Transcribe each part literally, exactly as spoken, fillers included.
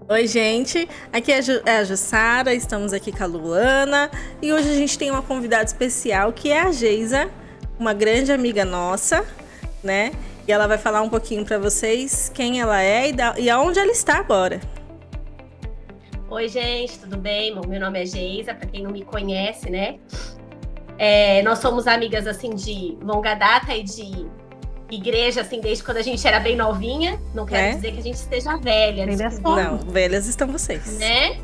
Oi, gente. Aqui é a, Ju, é a Jussara, estamos aqui com a Luana e hoje a gente tem uma convidada especial que é a Geisa, uma grande amiga nossa, né? E ela vai falar um pouquinho para vocês quem ela é e, da, e aonde ela está agora. Oi, gente, tudo bem? Bom, meu nome é Geisa, para quem não me conhece, né? É, nós somos amigas, assim, de longa data e de igreja, assim, desde quando a gente era bem novinha. Não quero É? dizer que a gente esteja velha. Não, velhas estão vocês. Né?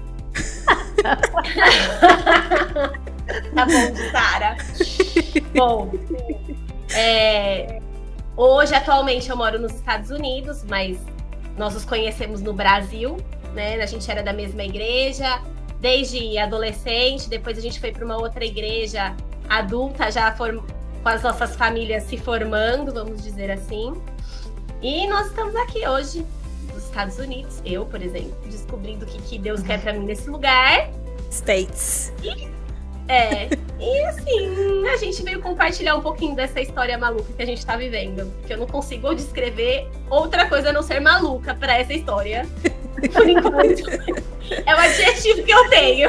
Tá bom, Sara. Bom, é, hoje, atualmente, eu moro nos Estados Unidos, mas nós nos conhecemos no Brasil, né? A gente era da mesma igreja desde adolescente, depois a gente foi para uma outra igreja adulta, já form... com as nossas famílias se formando, vamos dizer assim. E nós estamos aqui hoje, nos Estados Unidos, eu, por exemplo, descobrindo o que, que Deus quer para mim nesse lugar. States. E, é, e assim, a gente veio compartilhar um pouquinho dessa história maluca que a gente tá vivendo. Que eu não consigo descrever outra coisa a não ser maluca para essa história. Por enquanto, é o adjetivo que eu tenho.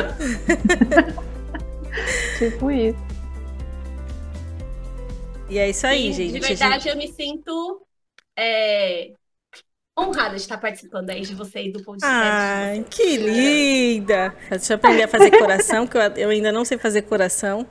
Tipo isso. E é isso aí, e, gente. De verdade, gente... eu me sinto é, honrada de estar participando aí de vocês, do podcast. Ai, que linda! Deixa eu aprender a fazer coração, que eu, eu ainda não sei fazer coração.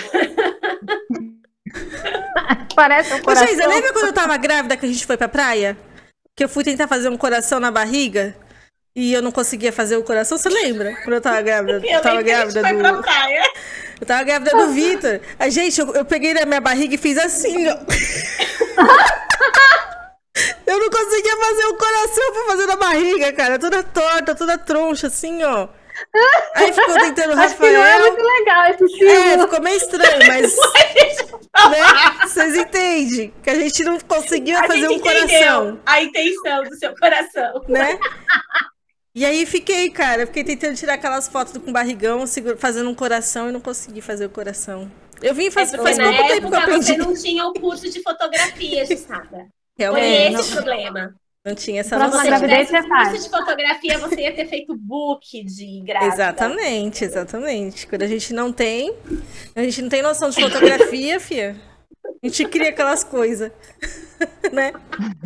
Parece um coração. Ô, Geisa, lembra quando eu tava grávida que a gente foi pra praia? Que eu fui tentar fazer um coração na barriga e eu não conseguia fazer o coração? Você lembra? Quando eu tava grávida? Eu tava grávida que a gente foi do... pra praia. Eu tava grávida do Vitor. A gente, eu, eu peguei na minha barriga e fiz assim, ó. Eu não conseguia fazer o coração pra fazer na barriga, cara. Toda torta, toda troncha, assim, ó. Aí ficou tentando o Acho Rafael. que não é muito legal esse filme. É, ficou meio estranho, mas... né? Vocês entendem? Que a gente não conseguiu A fazer gente um coração. a intenção do seu coração. Né? E aí fiquei, cara, fiquei tentando tirar aquelas fotos do, com barrigão, segura, fazendo um coração e não consegui fazer o coração. Eu vim faz, É faz na pouco época tempo que eu aprendi. você não tinha o curso de fotografia, Jussara. Foi Realmente, esse não, o problema. não tinha essa Pra Se uma você noção. gravidez tivesse o você curso faz. de fotografia, você ia ter feito book de grávida. Exatamente, exatamente. Quando a gente não tem, a gente não tem noção de fotografia, fia. A gente cria aquelas coisas, né?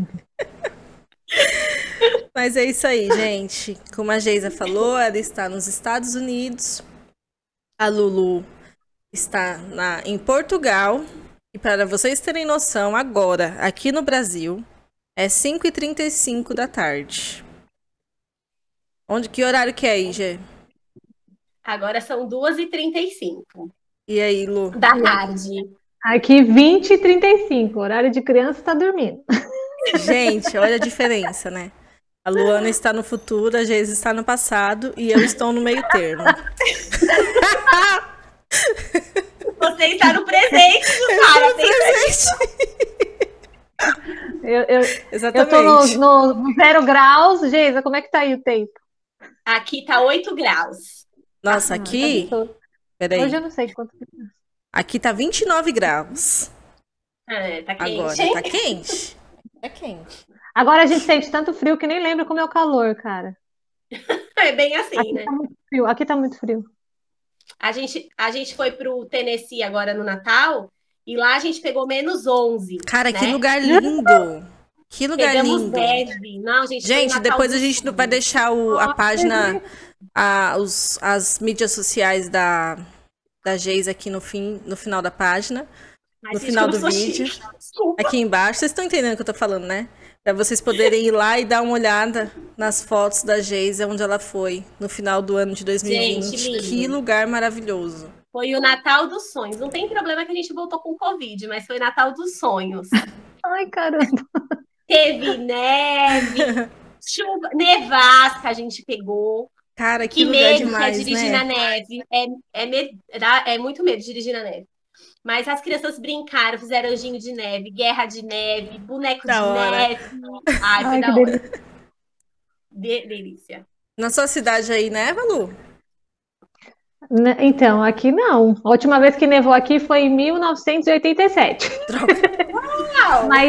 Mas é isso aí, gente. Como a Geisa falou, ela está nos Estados Unidos. A Lulu está na, em Portugal. E para vocês terem noção, agora, aqui no Brasil, é cinco e trinta e cinco da tarde. Onde, que horário que é aí, Gê? Agora são duas e trinta e cinco E aí, Lu? da tarde. Aqui vinte e trinta e cinco. Horário de criança tá dormindo. Gente, olha a diferença, né? A Luana está no futuro, a Geisa está no passado e eu estou no meio termo. Você está no presente, Jussara. Eu, eu, Exatamente. eu tô no, no, no zero graus. Geisa, como é que tá aí o tempo? Aqui tá oito graus. Nossa, aqui... Ah, tá. Peraí. Hoje eu não sei quanto. Aqui tá vinte e nove graus. É, tá quente. Agora, hein? tá quente? Tá quente. Agora a gente sente tanto frio que nem lembra como é o calor, cara. É bem assim, Aqui né? tá muito frio. Aqui tá muito frio. A gente, a gente foi pro Tennessee agora no Natal e lá a gente pegou menos onze. Cara, né? que lugar lindo! Que lugar Pegamos lindo! neve. Não, gente, foi Gente, Natal depois a do gente sonho. vai deixar o, a página, a, os, as mídias sociais da, da Geisa aqui no, fim, no final da página. Mas no gente, final eu do sou vídeo. chique. Desculpa. Aqui embaixo. Vocês estão entendendo o que eu tô falando, né? Pra vocês poderem ir lá e dar uma olhada nas fotos da Geisa, onde ela foi no final do ano de dois mil e vinte. Gente, lindo. Que lugar maravilhoso. Foi o Natal dos sonhos. Não tem problema que a gente voltou com Covid, mas foi Natal dos sonhos. Ai, caramba. Teve neve, chuva, nevasca a gente pegou. Cara, que, Que lugar medo demais, que é dirigir né? na neve. É, é, med- dá- é muito medo de dirigir na neve. Mas as crianças brincaram, fizeram anjinho de neve, guerra de neve, boneco Da de hora. neve. Ai, foi Ai, da que hora. delícia. De- delícia. Na sua cidade aí, né, Valu? Né, Então, aqui não. A última vez que nevou aqui foi em mil novecentos e oitenta e sete. Droga. Uau! Mas,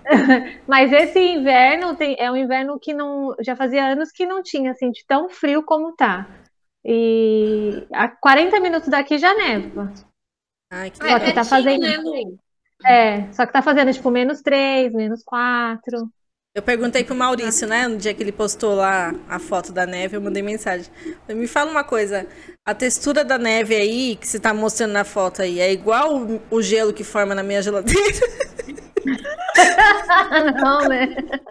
Mas esse inverno tem, é um inverno que não, já fazia anos que não tinha assim de tão frio como tá. E a quarenta minutos daqui já neva. Ai, que Ah, é Só que legal. tá pertinho, fazendo, né, Lu? é, só que tá fazendo tipo menos três, menos quatro. Eu perguntei pro Maurício, né, no dia que ele postou lá a foto da neve, eu mandei mensagem. Me fala uma coisa, a textura da neve aí, que você tá mostrando na foto aí, é igual o, o gelo que forma na minha geladeira? Não, né?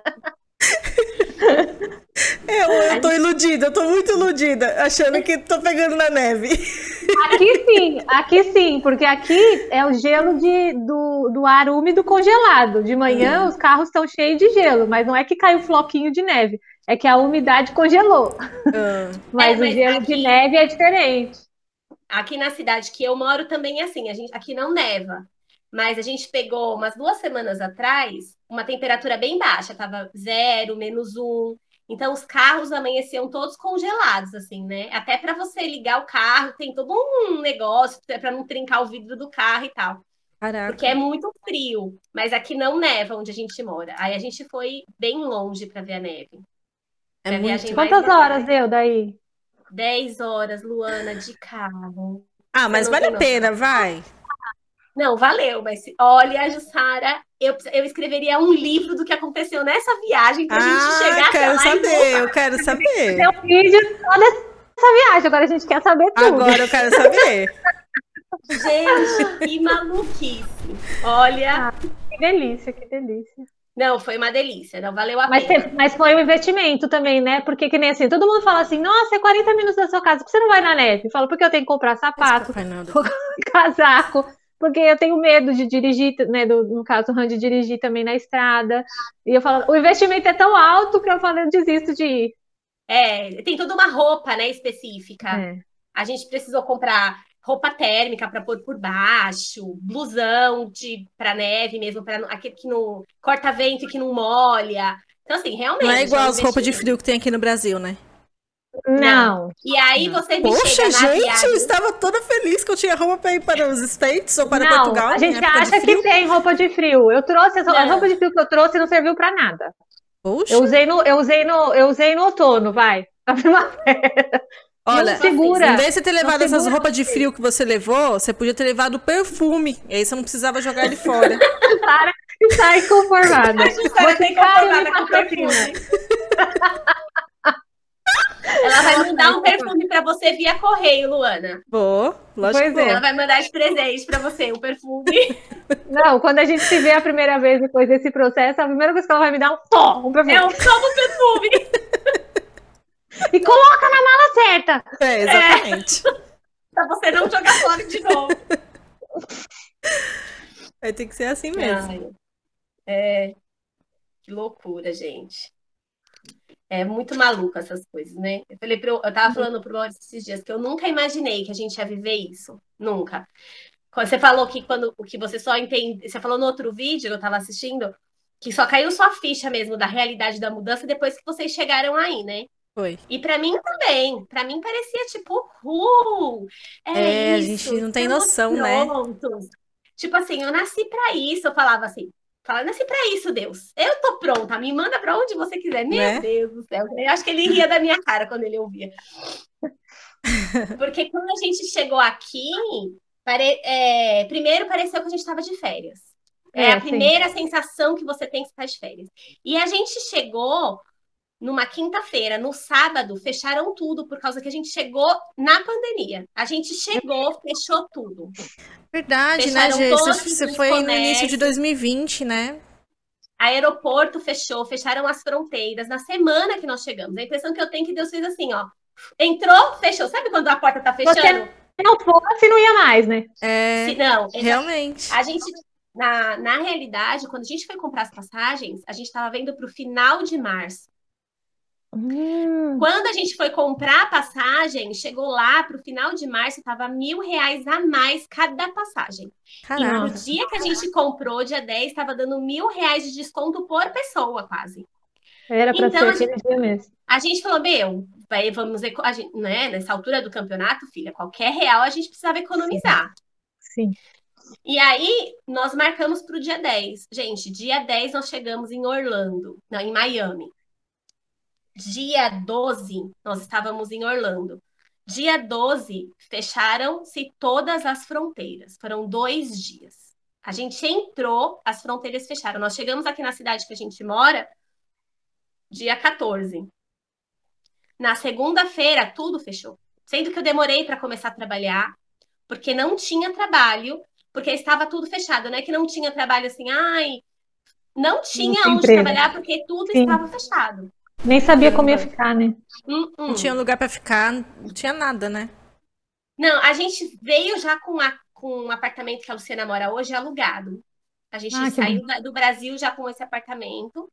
Eu, eu tô iludida, eu tô muito iludida, achando que tô pegando na neve. Aqui sim, aqui sim, porque aqui é o gelo de, do, do ar úmido congelado. De manhã os carros estão cheios de gelo, mas não é que caiu floquinho de neve, é que a umidade congelou. Ah, Mas É, o mas gelo de aqui- neve é diferente. Aqui na cidade que eu moro também é assim, a gente, aqui não neva. Mas a gente pegou umas duas semanas atrás uma temperatura bem baixa, tava zero, menos um. Então os carros amanheciam todos congelados, assim, né? Até para você ligar o carro, tem todo um negócio para não trincar o vidro do carro e tal. Porque é caraca. muito frio, mas aqui não neva onde a gente mora. Aí a gente foi bem longe para ver a neve. É Foi a viagem muito. mais Quantas legal. horas deu daí? dez horas, Luana, de carro. Ah, Você mas não vale tem a noção. pena, vai. Não, valeu, mas se- olha, Jussara, eu, eu escreveria um livro do que aconteceu nessa viagem pra gente Ah, chegar até quero lá e saber, voltar. eu quero saber. Deu um vídeo só dessa viagem, agora a gente quer saber tudo. Agora eu quero saber. Gente, que maluquice. Olha, Que delícia, que delícia. não, foi uma delícia, não valeu a Mas, pena. te- mas foi um investimento também, né? Porque que nem assim, todo mundo fala assim, nossa, é quarenta minutos da sua casa, por que você não vai na neve? Eu falo, porque eu tenho que comprar sapato, Papai Noel. casaco, porque eu tenho medo de dirigir, né? Do, no caso, o Han de dirigir também na estrada. E eu falo, o investimento é tão alto que eu falo, eu desisto de ir. É, tem toda uma roupa, né, específica. É. A gente precisou comprar roupa térmica para pôr por baixo, blusão de para neve mesmo, para aquele que não corta vento e que não molha. Então, assim, realmente. Não é igual um as roupas de investimento. frio que tem aqui no Brasil, né? Não. E aí Não. você me Poxa, chega na gente, eu viagem. estava toda feliz que eu tinha roupa para ir para os States ou para Não, Portugal. a em gente época de acha que frio. tem roupa de frio. Eu trouxe as, as Não. roupas de frio que eu trouxe não serviu pra nada. Poxa, Eu usei no, eu usei no, eu usei no outono, vai. Na primavera. olha, Não segura. em vez de você ter levado Não essas segura roupas de você. frio que você levou, você podia ter levado perfume. E aí você não precisava jogar ele fora. Para de estar inconformada. A Jussara Você tem caiu conformada me com patrocina. perfume. Ela vai mandar um perfume para você via correio, Luana. Vou, lógico Pois que é. vou. Ela vai mandar de presente para você um perfume. Não, quando a gente se vê a primeira vez depois desse processo, a primeira coisa que ela vai me dar é um tom, um perfume. É um novo perfume. E coloca na mala certa. É, exatamente. Para você não jogar fora de novo. Vai ter que ser assim mesmo. Ai, é, que loucura, gente. É muito maluco essas coisas, né? Eu falei pro, eu tava falando pro Maurício esses dias que eu nunca imaginei que a gente ia viver isso. Nunca. Quando você falou que quando o que você só entende, você falou no outro vídeo que eu tava assistindo, que só caiu sua ficha mesmo da realidade da mudança depois que vocês chegaram aí, né? Foi. E pra mim também. Pra mim parecia tipo, uh, é, É, a isso, gente não tem estamos noção, né? prontos. Tipo assim, eu nasci pra isso, eu falava assim, fala, nasci pra isso, Deus. Eu tô pronta, me manda pra onde você quiser. Meu Né? Deus do céu. Eu acho que ele ria da minha cara quando ele ouvia. Porque quando a gente chegou aqui, pare- é, primeiro pareceu que a gente estava de férias. É, É, a sim. primeira sensação que você tem que estar de férias. E a gente chegou numa quinta-feira, no sábado, fecharam tudo por causa que a gente chegou na pandemia. A gente chegou, fechou tudo. Verdade, né, Fecharam Gê? todos Você, os você foi no início de comércios. dois mil e vinte, né? Aeroporto fechou, fecharam as fronteiras. Na semana que nós chegamos, a impressão que eu tenho é que Deus fez assim, ó. Entrou, fechou. Sabe quando a porta tá fechando? Se não fosse, não ia mais, né? É, Se, não, exa- realmente. a gente, na, na realidade, quando a gente foi comprar as passagens, a gente estava vendo para o final de março. Hum, Quando a gente foi comprar a passagem, chegou lá para o final de março, estava mil reais a mais cada passagem. E Caraca. no dia que a gente comprou, dia dez, estava dando mil reais de desconto por pessoa, quase. era pra Então, ser a gente, aquele dia mesmo. a gente falou, meu, vai, vamos, eco- a gente, né, nessa altura do campeonato, filha, qualquer real a gente precisava economizar. Sim. E aí, nós marcamos para o dia dez. Gente, dia dez nós chegamos em Orlando, não, em Miami. Dia doze, nós estávamos em Orlando. Dia doze, fecharam-se todas as fronteiras. Foram dois dias. A gente entrou, as fronteiras fecharam. Nós chegamos aqui na cidade que a gente mora, dia quatorze. Na segunda-feira, tudo fechou. Sendo que eu demorei para começar a trabalhar, porque não tinha trabalho, porque estava tudo fechado. Não é que não tinha trabalho assim, ai, não tinha tinha onde emprego. trabalhar, porque tudo Sim. estava fechado. Nem sabia como ia ficar, né? Hum, hum. Não tinha lugar pra ficar, não tinha nada, né? Não, a gente veio já com, a, com um apartamento que a Luciana mora hoje alugado. A gente Ah, que saiu bom. da- do Brasil já com esse apartamento.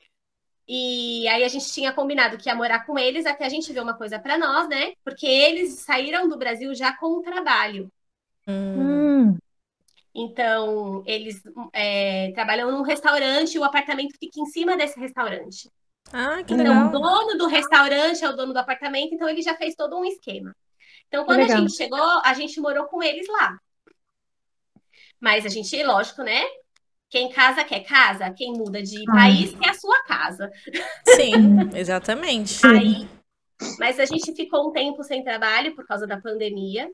E aí a gente tinha combinado que ia morar com eles até a gente ver uma coisa para nós, né? Porque eles saíram do Brasil já com o trabalho. Hum. Hum, Então, eles é, trabalham num restaurante e o apartamento fica em cima desse restaurante. Ah, que Então, o legal. dono do restaurante é o dono do apartamento, então ele já fez todo um esquema. Então, que quando a legal. gente chegou, a gente morou com eles lá. Mas a gente, lógico, né? Quem casa quer casa, quem muda de Ah. país quer a sua casa. Sim, exatamente. Aí, mas a gente ficou um tempo sem trabalho por causa da pandemia.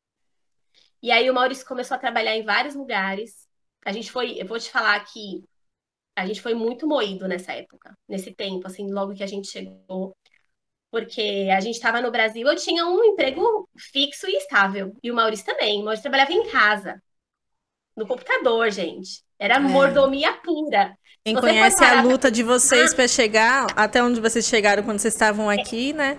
E aí o Maurício começou a trabalhar em vários lugares. A gente foi, eu vou te falar que a gente foi muito moído nessa época, nesse tempo, assim, logo que a gente chegou. Porque a gente estava no Brasil, eu tinha um emprego fixo e estável. E o Maurício também. O Maurício trabalhava em casa, no computador, gente. Era mordomia pura. Quem Se você for conhece a parar pra luta de vocês pensar- pra chegar até onde vocês chegaram quando vocês estavam aqui, né?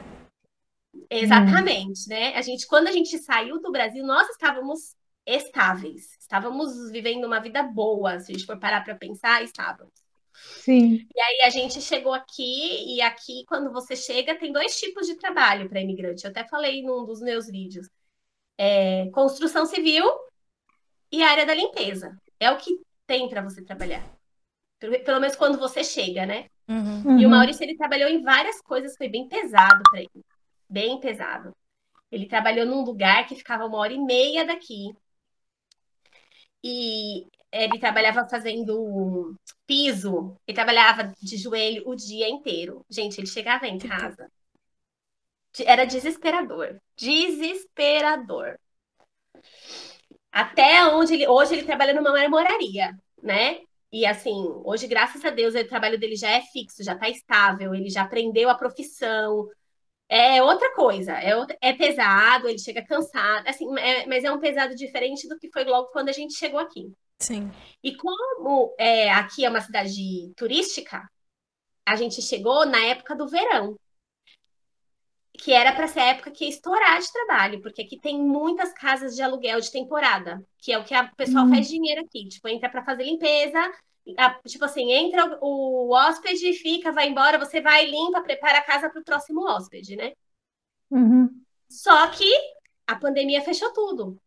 Exatamente, né? A gente, quando a gente saiu do Brasil, nós estávamos estáveis. Estávamos vivendo uma vida boa. Se a gente for parar para pensar, estávamos. Sim. E aí a gente chegou aqui, e aqui, quando você chega, tem dois tipos de trabalho para imigrante. Eu até falei num dos meus vídeos. É, construção civil e área da limpeza. É o que tem para você trabalhar. Pelo, pelo menos quando você chega, né? Uhum. E o Uhum. Maurício, ele trabalhou em várias coisas, foi bem pesado para ele. Bem pesado. Ele trabalhou num lugar que ficava uma hora e meia daqui. E ele trabalhava fazendo piso. Ele trabalhava de joelho o dia inteiro. Gente, ele chegava em casa. Era desesperador. Desesperador. Até onde ele... Hoje ele trabalha numa marmoraria, né? E assim, hoje, graças a Deus, o trabalho dele já é fixo, já tá estável. Ele já aprendeu a profissão. É outra coisa, é, outra, é pesado, ele chega cansado, assim, é, mas é um pesado diferente do que foi logo quando a gente chegou aqui. Sim. E como é, aqui é uma cidade turística, a gente chegou na época do verão, que era para ser a época que ia estourar de trabalho, porque aqui tem muitas casas de aluguel de temporada, que é o que o pessoal Hum. faz dinheiro aqui, tipo, entra para fazer limpeza. A- Tipo assim, entra o hóspede, fica, vai embora, você vai, limpa, prepara a casa para o próximo hóspede, né? Uhum. Só que a pandemia fechou tudo.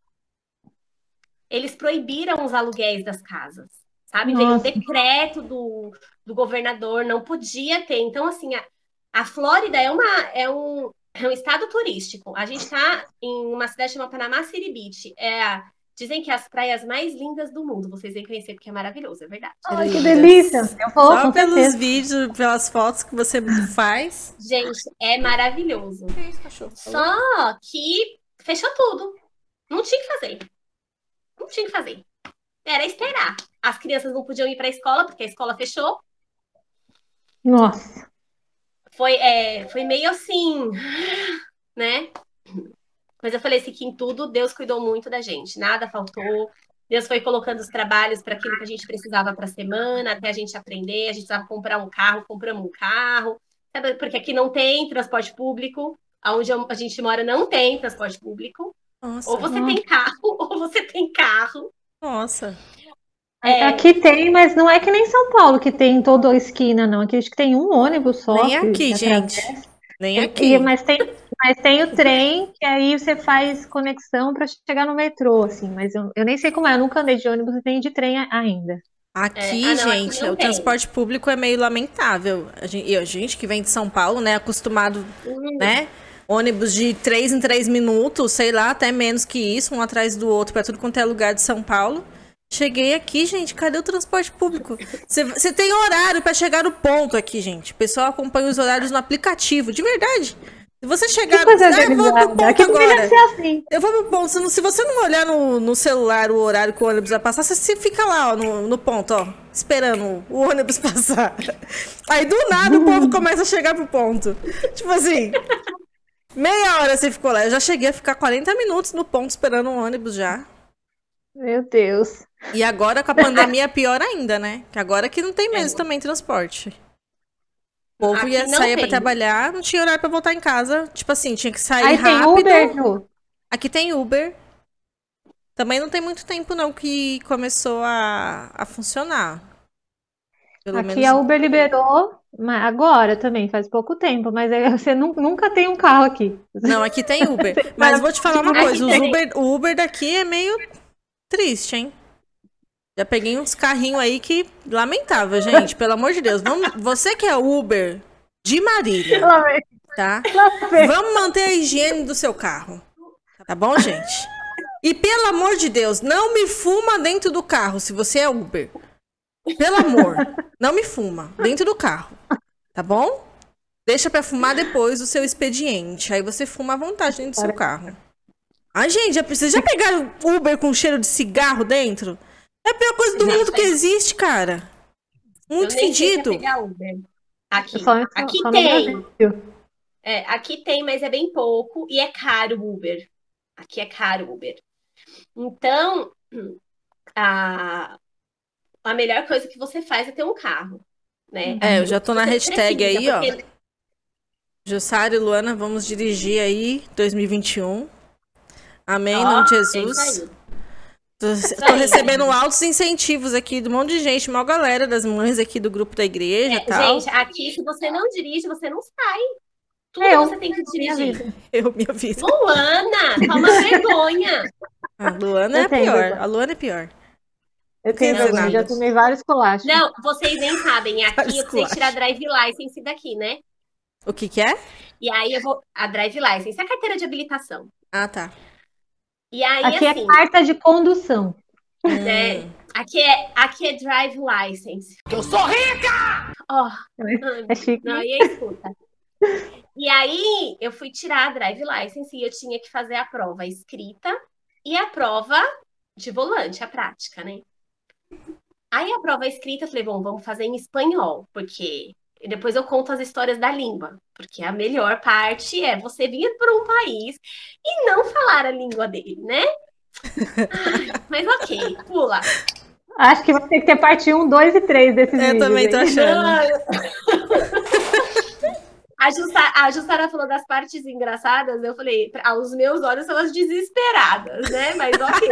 Eles proibiram os aluguéis das casas, sabe? Veio um Nossa. decreto do, do governador, não podia ter. Então, assim, a, a Flórida é, uma, é, um, é um estado turístico. A gente está em uma cidade chamada Panama City Beach. É a- dizem que é as praias mais lindas do mundo. Vocês vêm conhecer porque é maravilhoso, é verdade. Ai, que Lindas. delícia. Eu vou, Só com pelos certeza. vídeos, pelas fotos que você faz. Gente, é maravilhoso. Que isso, cachorro? Só que fechou tudo. Não tinha o que fazer. Não tinha o que fazer. Era esperar. As crianças não podiam ir para a escola, porque a escola fechou. Nossa. Foi, é, foi meio assim, né? Mas eu falei assim, que em tudo Deus cuidou muito da gente. Nada faltou. Deus foi colocando os trabalhos para aquilo que a gente precisava para a semana, até a gente aprender. A gente precisava comprar um carro, compramos um carro. Sabe? Porque aqui não tem transporte público. Onde a gente mora não tem transporte público. Nossa. Ou você tem carro, ou você tem carro. Nossa. É. Aqui tem, mas não é que nem São Paulo, que tem em toda a esquina, não. Aqui acho que tem um ônibus só. Nem que- aqui, que gente. atravessa. Nem E- aqui. mas, tem, mas tem o trem, que aí você faz conexão para chegar no metrô, assim. Mas eu, eu nem sei como é, eu nunca andei de ônibus e nem de trem a- ainda. Aqui, É, ah, não, aqui gente, não o tem. transporte público é meio lamentável. A gente, e a gente que vem de São Paulo, né, acostumado, Uhum. né? ônibus de três em três minutos, sei lá, até menos que isso, um atrás do outro, pra tudo quanto é lugar de São Paulo. Cheguei aqui, gente, cadê o transporte público? Você tem horário pra chegar no ponto aqui, gente. O pessoal acompanha os horários no aplicativo, de verdade. Se você chegar... Que coisa Ah, eu vou pro ponto aqui agora. deveria ser assim. Eu vou pro ponto. Se se você não olhar no, no celular o horário que o ônibus vai passar, você, você fica lá, ó, no, no ponto, ó, esperando o ônibus passar. Aí, do nada, o povo começa a chegar pro ponto. Tipo assim, meia hora você ficou lá. Eu já cheguei a ficar quarenta minutos no ponto esperando o ônibus já. Meu Deus. E agora, com a pandemia, é pior ainda, né? Que agora que não tem mesmo também transporte. O povo Aqui ia não sair pra tem. trabalhar, não tinha horário pra voltar em casa. Tipo assim, tinha que sair Aí rápido. tem Uber, Ju? Aqui tem Uber. Também não tem muito tempo, não, que começou a, a funcionar. Pelo Aqui menos... a Uber liberou, mas agora também, faz pouco tempo, mas aí você nu- nunca tem um carro aqui. Não, aqui tem Uber. Mas vou te falar uma Aqui coisa, os tem. Uber, o Uber daqui é meio triste, hein? Já peguei uns carrinhos aí que... Lamentável, gente, pelo amor de Deus. Vamos... Você que é Uber de Marília, Lá vem, tá? lá vem. Vamos manter a higiene do seu carro. Tá bom, gente? E pelo amor de Deus, não me fuma dentro do carro se você é Uber. Pelo amor, não me fuma dentro do carro. Tá bom? Deixa pra fumar depois do seu expediente. Aí você fuma à vontade dentro do seu carro. Ai, gente, já precisa já pegaram Uber com cheiro de cigarro dentro? É a pior coisa do Já mundo que tem. existe, cara. Muito Eu nem sei se é fedido. pegar Uber. Aqui, Só, aqui só no tem. Brasil. É, aqui tem, mas é bem pouco e é caro o Uber. Aqui é caro o Uber. Então, a, a melhor coisa que você faz é ter um carro, né? É, eu já tô na Você hashtag precisa, aí, ó. porque- Jussara e Luana, vamos dirigir aí dois mil e vinte e um. Amém, em Ó, nome de é isso Jesus. aí. Tô, tô aí. recebendo altos incentivos aqui de um monte de gente, uma galera das mães aqui do grupo da igreja e É, tal. gente, aqui se você não dirige, você não sai. Tudo Eu, você tem que minha dirigir. vida. Eu, minha vida. Luana, toma vergonha. A Luana é Eu a tenho pior. vergonha. A Luana é pior. Eu tenho Não, vergonha, nada. já tomei vários colachos. Não, vocês nem sabem. Aqui eu precisei Esculacho. tirar drive license daqui, né? O que que é? E aí eu vou. A drive license, a carteira de habilitação. Ah, tá. E aí, Aqui assim, é carta de condução. né? Hum. Aqui é, aqui é drive license. Eu sou rica! Ó, É chique. não, e aí, escuta. E aí, eu fui tirar a drive license e eu tinha que fazer a prova escrita e a prova de volante, a prática, né? Aí a prova escrita, eu falei, bom, vamos fazer em espanhol, porque depois eu conto as histórias da língua, porque a melhor parte é você vir para um país e não falar a língua dele, né? Ai, mas ok, pula. Acho que vai ter que ter parte um, dois e três desses Eu vídeos. também tô hein? achando. A Jussara, a Jussara falou das partes engraçadas, eu falei, pra- aos meus olhos são as desesperadas, né? Mas ok.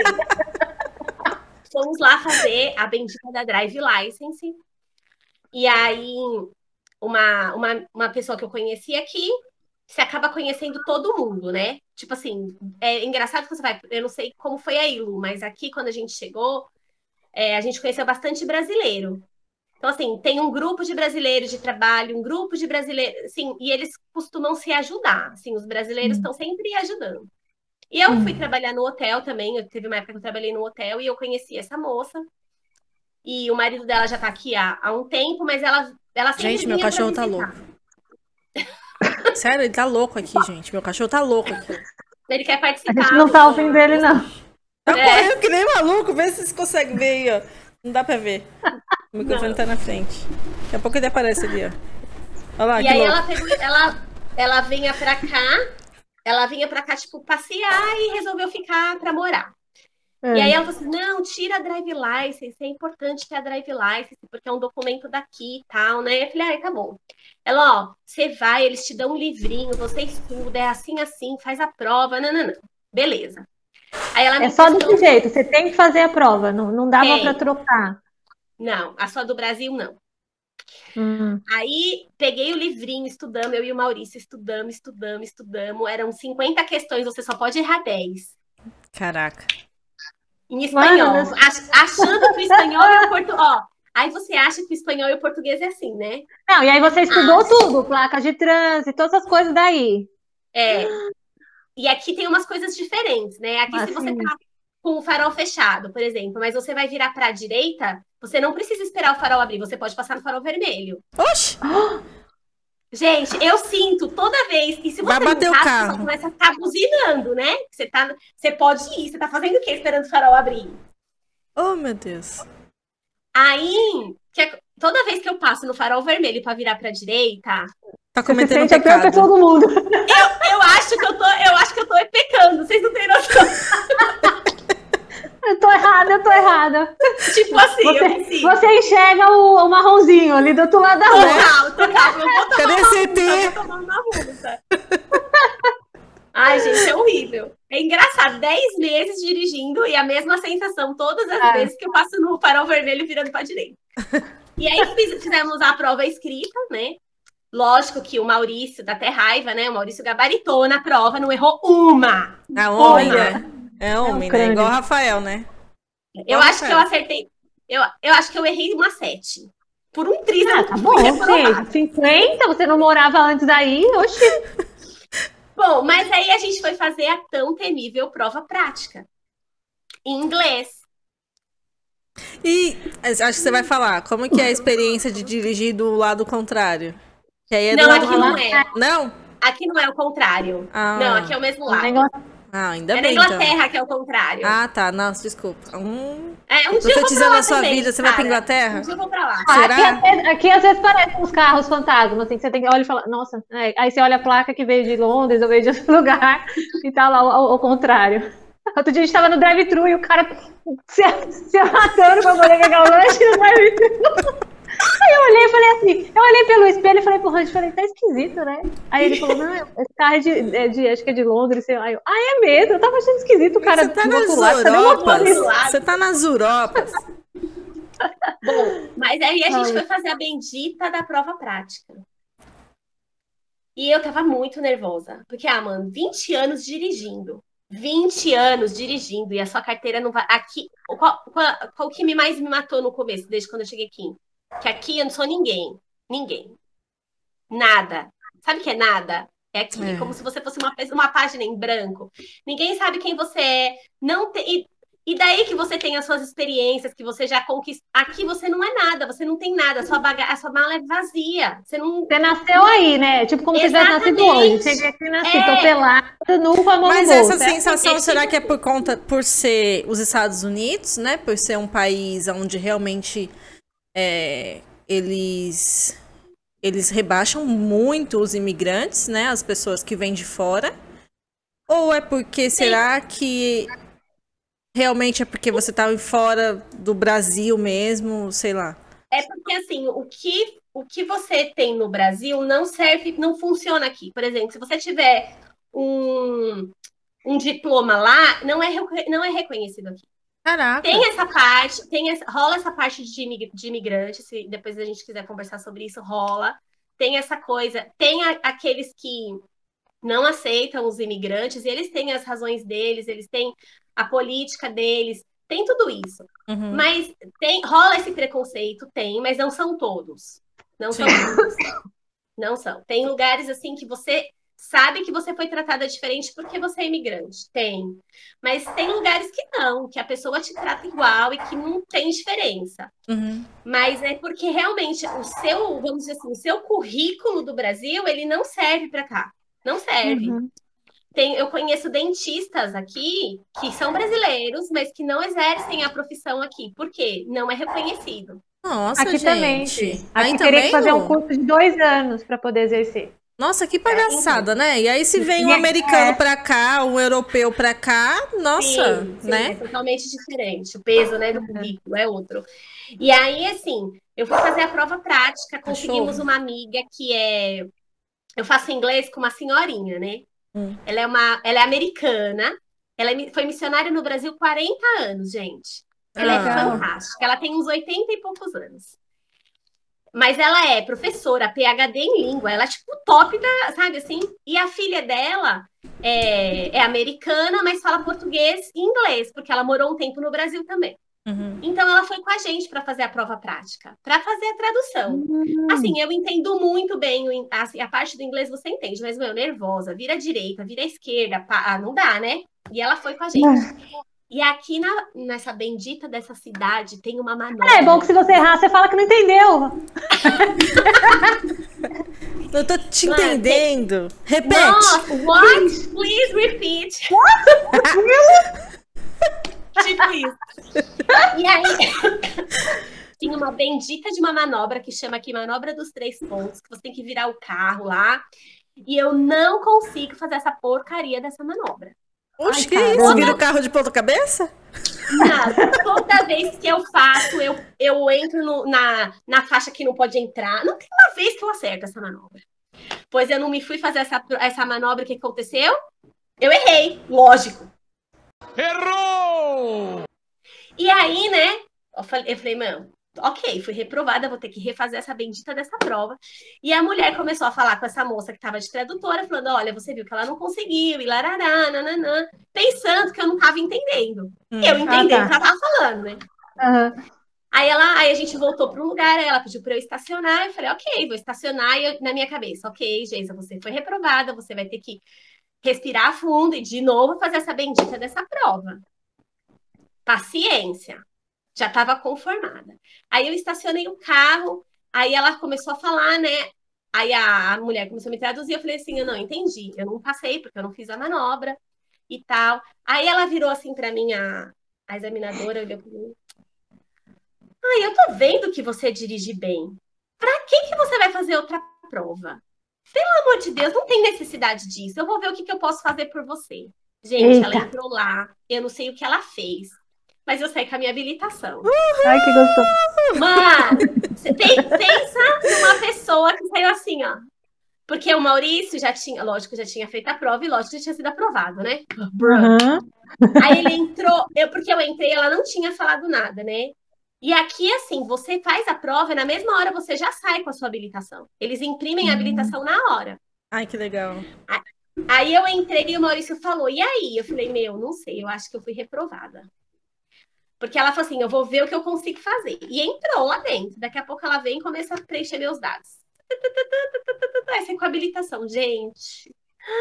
Fomos lá fazer a bendita da Drive License. E aí, uma, uma, uma pessoa que eu conheci aqui, você acaba conhecendo todo mundo, né? Tipo assim, é engraçado que você vai. Eu não sei como foi aí, Lu, mas aqui, quando a gente chegou, é, a gente conheceu bastante brasileiro. Então, assim, tem um grupo de brasileiros de trabalho, um grupo de brasileiros, assim, e eles costumam se ajudar, assim, os brasileiros estão sempre ajudando. E eu fui trabalhar no hotel também, eu teve uma época que eu trabalhei no hotel e eu conheci essa moça. E o marido dela já tá aqui há, há um tempo, mas ela, ela sempre Gente, meu vinha pra cachorro tá visitar. louco. Sério, ele tá louco aqui, gente. Meu cachorro tá louco aqui. Ele quer A participar. gente não tá ouvindo ele, não. Tá É. correndo que nem maluco. Vê se vocês conseguem ver aí, ó. Não dá pra ver. O microfone Não. tá na frente. Daqui a pouco ele aparece ali, ó. Olha lá, E que aí louco. ela pegou, ela, ela vinha pra cá, ela vinha pra cá, tipo, passear e resolveu ficar pra morar. É. E aí ela falou assim, não, tira a drive license, é importante ter a drive license, porque é um documento daqui e tal, né? Eu falei, ai, tá bom. Ela, ó, você vai, eles te dão um livrinho, você estuda, é assim, assim, faz a prova, não, não, não. Beleza. Aí ela me É só emprestou- desse jeito, você tem que fazer a prova, não, não dava Tem. pra trocar. Não, a só do Brasil, não. Hum. Aí peguei o livrinho, estudamos, eu e o Maurício estudamos, estudamos, estudamos. Eram cinquenta questões, você só pode errar dez. Caraca. Em espanhol. Mano, ach- achando que o espanhol é o português. Ó, aí você acha que o espanhol e o português é assim, né? Não, e aí você estudou Ah. tudo, placa de trânsito, todas as coisas daí. É. E aqui tem umas coisas diferentes, né? Aqui, se você Assim. tá com o farol fechado, por exemplo, mas você vai virar para a direita, você não precisa esperar o farol abrir, você pode passar no farol vermelho. Oxi! Gente, eu sinto toda vez. E se Vai você bater não o tá, carro. você só começa a ficar buzinando, né? Você, tá, você pode ir, você tá fazendo o quê esperando o farol abrir? Oh, meu Deus. Aí, que é- toda vez que eu passo no farol vermelho para virar para a direita, Tá Você se cometendo um sente a pior pessoa pecado. do mundo. eu, eu acho que eu tô, eu acho que eu tô pecando, vocês não têm noção. Eu tô errada, eu tô errada. Tipo assim, eu me Você, sinto. você enxerga o, o marronzinho ali do outro lado da rua. Total, total. Eu vou tomar Cadê uma esse multa, E T? eu vou tomar uma multa. Ai, gente, é horrível. É engraçado, dez meses dirigindo e a mesma sensação todas as Ah. vezes que eu passo no farol vermelho virando para direita. E aí fiz- fizemos a prova escrita, né? Lógico que o Maurício, da Terra Raiva, né? O Maurício gabaritou na prova, não errou uma. A homem, Olha. né? É homem, né? crânio. Igual o Rafael, né? Eu Nossa. acho que eu acertei. Eu, eu acho que eu errei uma sete. Por um triz, Ah, eu tá fui bom, reprovada. gente. cinquenta, você não morava antes daí? Oxi. Bom, mas aí a gente foi fazer a tão temível prova prática. Em inglês. E acho que você vai falar, como que é a experiência de dirigir do lado contrário? Que aí é Não, do aqui lado não lá- é. Não? Aqui não é o contrário. Ah. Não, aqui é o mesmo O lado. negócio- Ah, ainda É na bem, então. Inglaterra que é o contrário. Ah, tá. Nossa, desculpa. Hum, É, um dia eu vou pra profetizando lá a sua também, vida, você vai pra cara. Inglaterra? Um dia eu vou pra lá. Ah, Será? Aqui, às vezes- aqui às vezes parecem uns carros fantasmas, assim, que você tem que olhar e falar, nossa, é. Aí você olha a placa que veio de Londres ou veio de outro lugar e tá lá ao, ao contrário. Outro dia a gente tava no drive-thru e o cara se, se matando pra poder pegar o lanche no drive-thru. Aí eu olhei e falei assim, eu olhei pelo espelho e falei pro Rancho, falei, tá esquisito, né? Aí ele falou, não, esse carro é de, é de acho que é de Londres, sei lá. Aí eu, ah, é mesmo? Eu tava achando esquisito o cara Você tá do nas outro lado. Cadê o outro Europas. lado? Você tá nas Europas. Bom, mas aí a gente Ai. foi fazer a bendita da prova prática. E eu tava muito nervosa. Porque, ah, mano, vinte anos dirigindo. vinte anos dirigindo e a sua carteira não vai. Aqui, qual, qual, qual que me mais me matou no começo, desde quando eu cheguei aqui? Que aqui eu não sou ninguém. Ninguém. Nada. Sabe o que é nada? É aqui, É. como se você fosse uma, pessoa- uma página em branco. Ninguém sabe quem você é. Não tem. E, e daí que você tem as suas experiências, que você já conquistou. Aqui você não é nada, você não tem nada. A sua, baga... a sua mala é vazia. Você não. Você nasceu aí, né? Tipo como se tivesse nascido Exatamente. hoje. Cheguei aqui e nasci, É. tô pelada, nu com a mão Mas no bolso. essa É. sensação, porque, será tipo- que é por conta, por ser os Estados Unidos, né? Por ser um país onde realmente é, eles, eles rebaixam muito os imigrantes, né? As pessoas que vêm de fora. Ou é porque, será que realmente é porque você tá fora do Brasil mesmo, sei lá. É porque, assim, o que, o que você tem no Brasil não serve, não funciona aqui. Por exemplo, se você tiver um, um diploma lá, não é, reco- não é reconhecido aqui. Caraca. Tem essa parte, tem essa, rola essa parte de, imig- de imigrante, se depois a gente quiser conversar sobre isso, rola. Tem essa coisa, tem a- aqueles que não aceitam os imigrantes, e eles têm as razões deles, eles têm a política deles, tem tudo isso. Uhum. Mas tem, rola esse preconceito, tem, mas não são todos. Não são todos. Não são. Tem lugares assim que você sabe que você foi tratada diferente porque você é imigrante. Tem. Mas tem lugares que não, que a pessoa te trata igual e que não tem diferença. Uhum. Mas é porque realmente o seu, vamos dizer assim, o seu currículo do Brasil, ele não serve para cá. Não serve. Uhum. Tem, eu conheço dentistas aqui que são brasileiros, mas que não exercem a profissão aqui. Por quê? Não é reconhecido. Nossa, Aqui gente. também. Aqui Aí teria também, que fazer Lu? um curso de dois anos para poder exercer. Nossa, que palhaçada, né? E aí se vem um É. americano pra cá, um europeu pra cá, nossa, Sim, sim, né? é totalmente diferente. O peso, né, do currículo é outro. E aí, assim, eu fui fazer a prova prática, conseguimos Cachorro. uma amiga que é... Eu faço inglês com uma senhorinha, né? Hum. Ela é uma, ela é americana, ela é mi- foi missionária no Brasil quarenta anos, gente. Ela é Ah. fantástica, ela tem uns oitenta e poucos anos. Mas ela é professora, P H D em língua, ela é tipo top da, sabe assim? E a filha dela é, é americana, mas fala português e inglês, porque ela morou um tempo no Brasil também. Uhum. Então ela foi com a gente para fazer a prova prática, para fazer a tradução. Hum. Assim, eu entendo muito bem o in- assim, a parte do inglês você entende, mas meu, nervosa, vira à direita, vira à esquerda, pá, ah, não dá, né? E ela foi com a gente. E aqui na, nessa bendita dessa cidade tem uma manobra. É bom que se você errar, você fala que não entendeu. Eu tô te Mano, entendendo. Repete. Nossa, what? Please repeat. Tipo isso. E aí, tinha uma bendita de uma manobra que chama aqui Manobra dos Três Pontos, que você tem que virar o carro lá. E eu não consigo fazer essa porcaria dessa manobra. Oxe, Ai, que caramba. isso? Vira o carro de ponta cabeça? Nada. Toda vez que eu faço, eu, eu entro no- na, na faixa que não pode entrar. Não tem uma vez que eu acerto essa manobra. Pois eu não me fui fazer essa, essa manobra, o que aconteceu? Eu errei, lógico. Errou! E aí, né, eu falei, eu falei, mano, ok, fui reprovada, vou ter que refazer essa bendita dessa prova. E a mulher começou a falar com essa moça que tava de tradutora, falando, olha, você viu que ela não conseguiu, e larará, nananã, pensando que eu não tava entendendo. Hum. Eu entendi Ah, tá. o que ela tava falando, né? Aham. Aí, ela, aí a gente voltou para um lugar, aí ela pediu para eu estacionar, eu falei, ok, vou estacionar, e eu, na minha cabeça, ok, Geisa, você foi reprovada, você vai ter que respirar fundo e de novo fazer essa bendita dessa prova. Paciência. Já estava conformada. Aí eu estacionei o carro, aí ela começou a falar, né? Aí a, a mulher começou a me traduzir, eu falei assim, eu não entendi, eu não passei porque eu não fiz a manobra e tal. Aí ela virou assim para mim, a, a examinadora, olhou para mim, ah, eu tô vendo que você dirige bem. Pra que que você vai fazer outra prova? Pelo amor de Deus, não tem necessidade disso. Eu vou ver o que que eu posso fazer por você. Gente, Eita. ela entrou lá, eu não sei o que ela fez, mas eu saí com a minha habilitação. Ai, que gostoso. Mano, você tem- pensa numa pessoa que saiu assim, ó. Porque o Maurício já tinha, lógico, já tinha feito a prova e lógico, já tinha sido aprovado, né? Aham. Aí ele entrou, eu, porque eu entrei, ela não tinha falado nada, né? E aqui, assim, você faz a prova e na mesma hora você já sai com a sua habilitação. Eles imprimem a habilitação na hora. Ai, que legal. Aí eu entrei e o Maurício falou, e aí? Eu falei, meu, não sei, eu acho que eu fui reprovada. Porque ela falou assim, eu vou ver o que eu consigo fazer. E entrou lá dentro. Daqui a pouco ela vem e começa a preencher meus dados. Aí você com a habilitação, gente.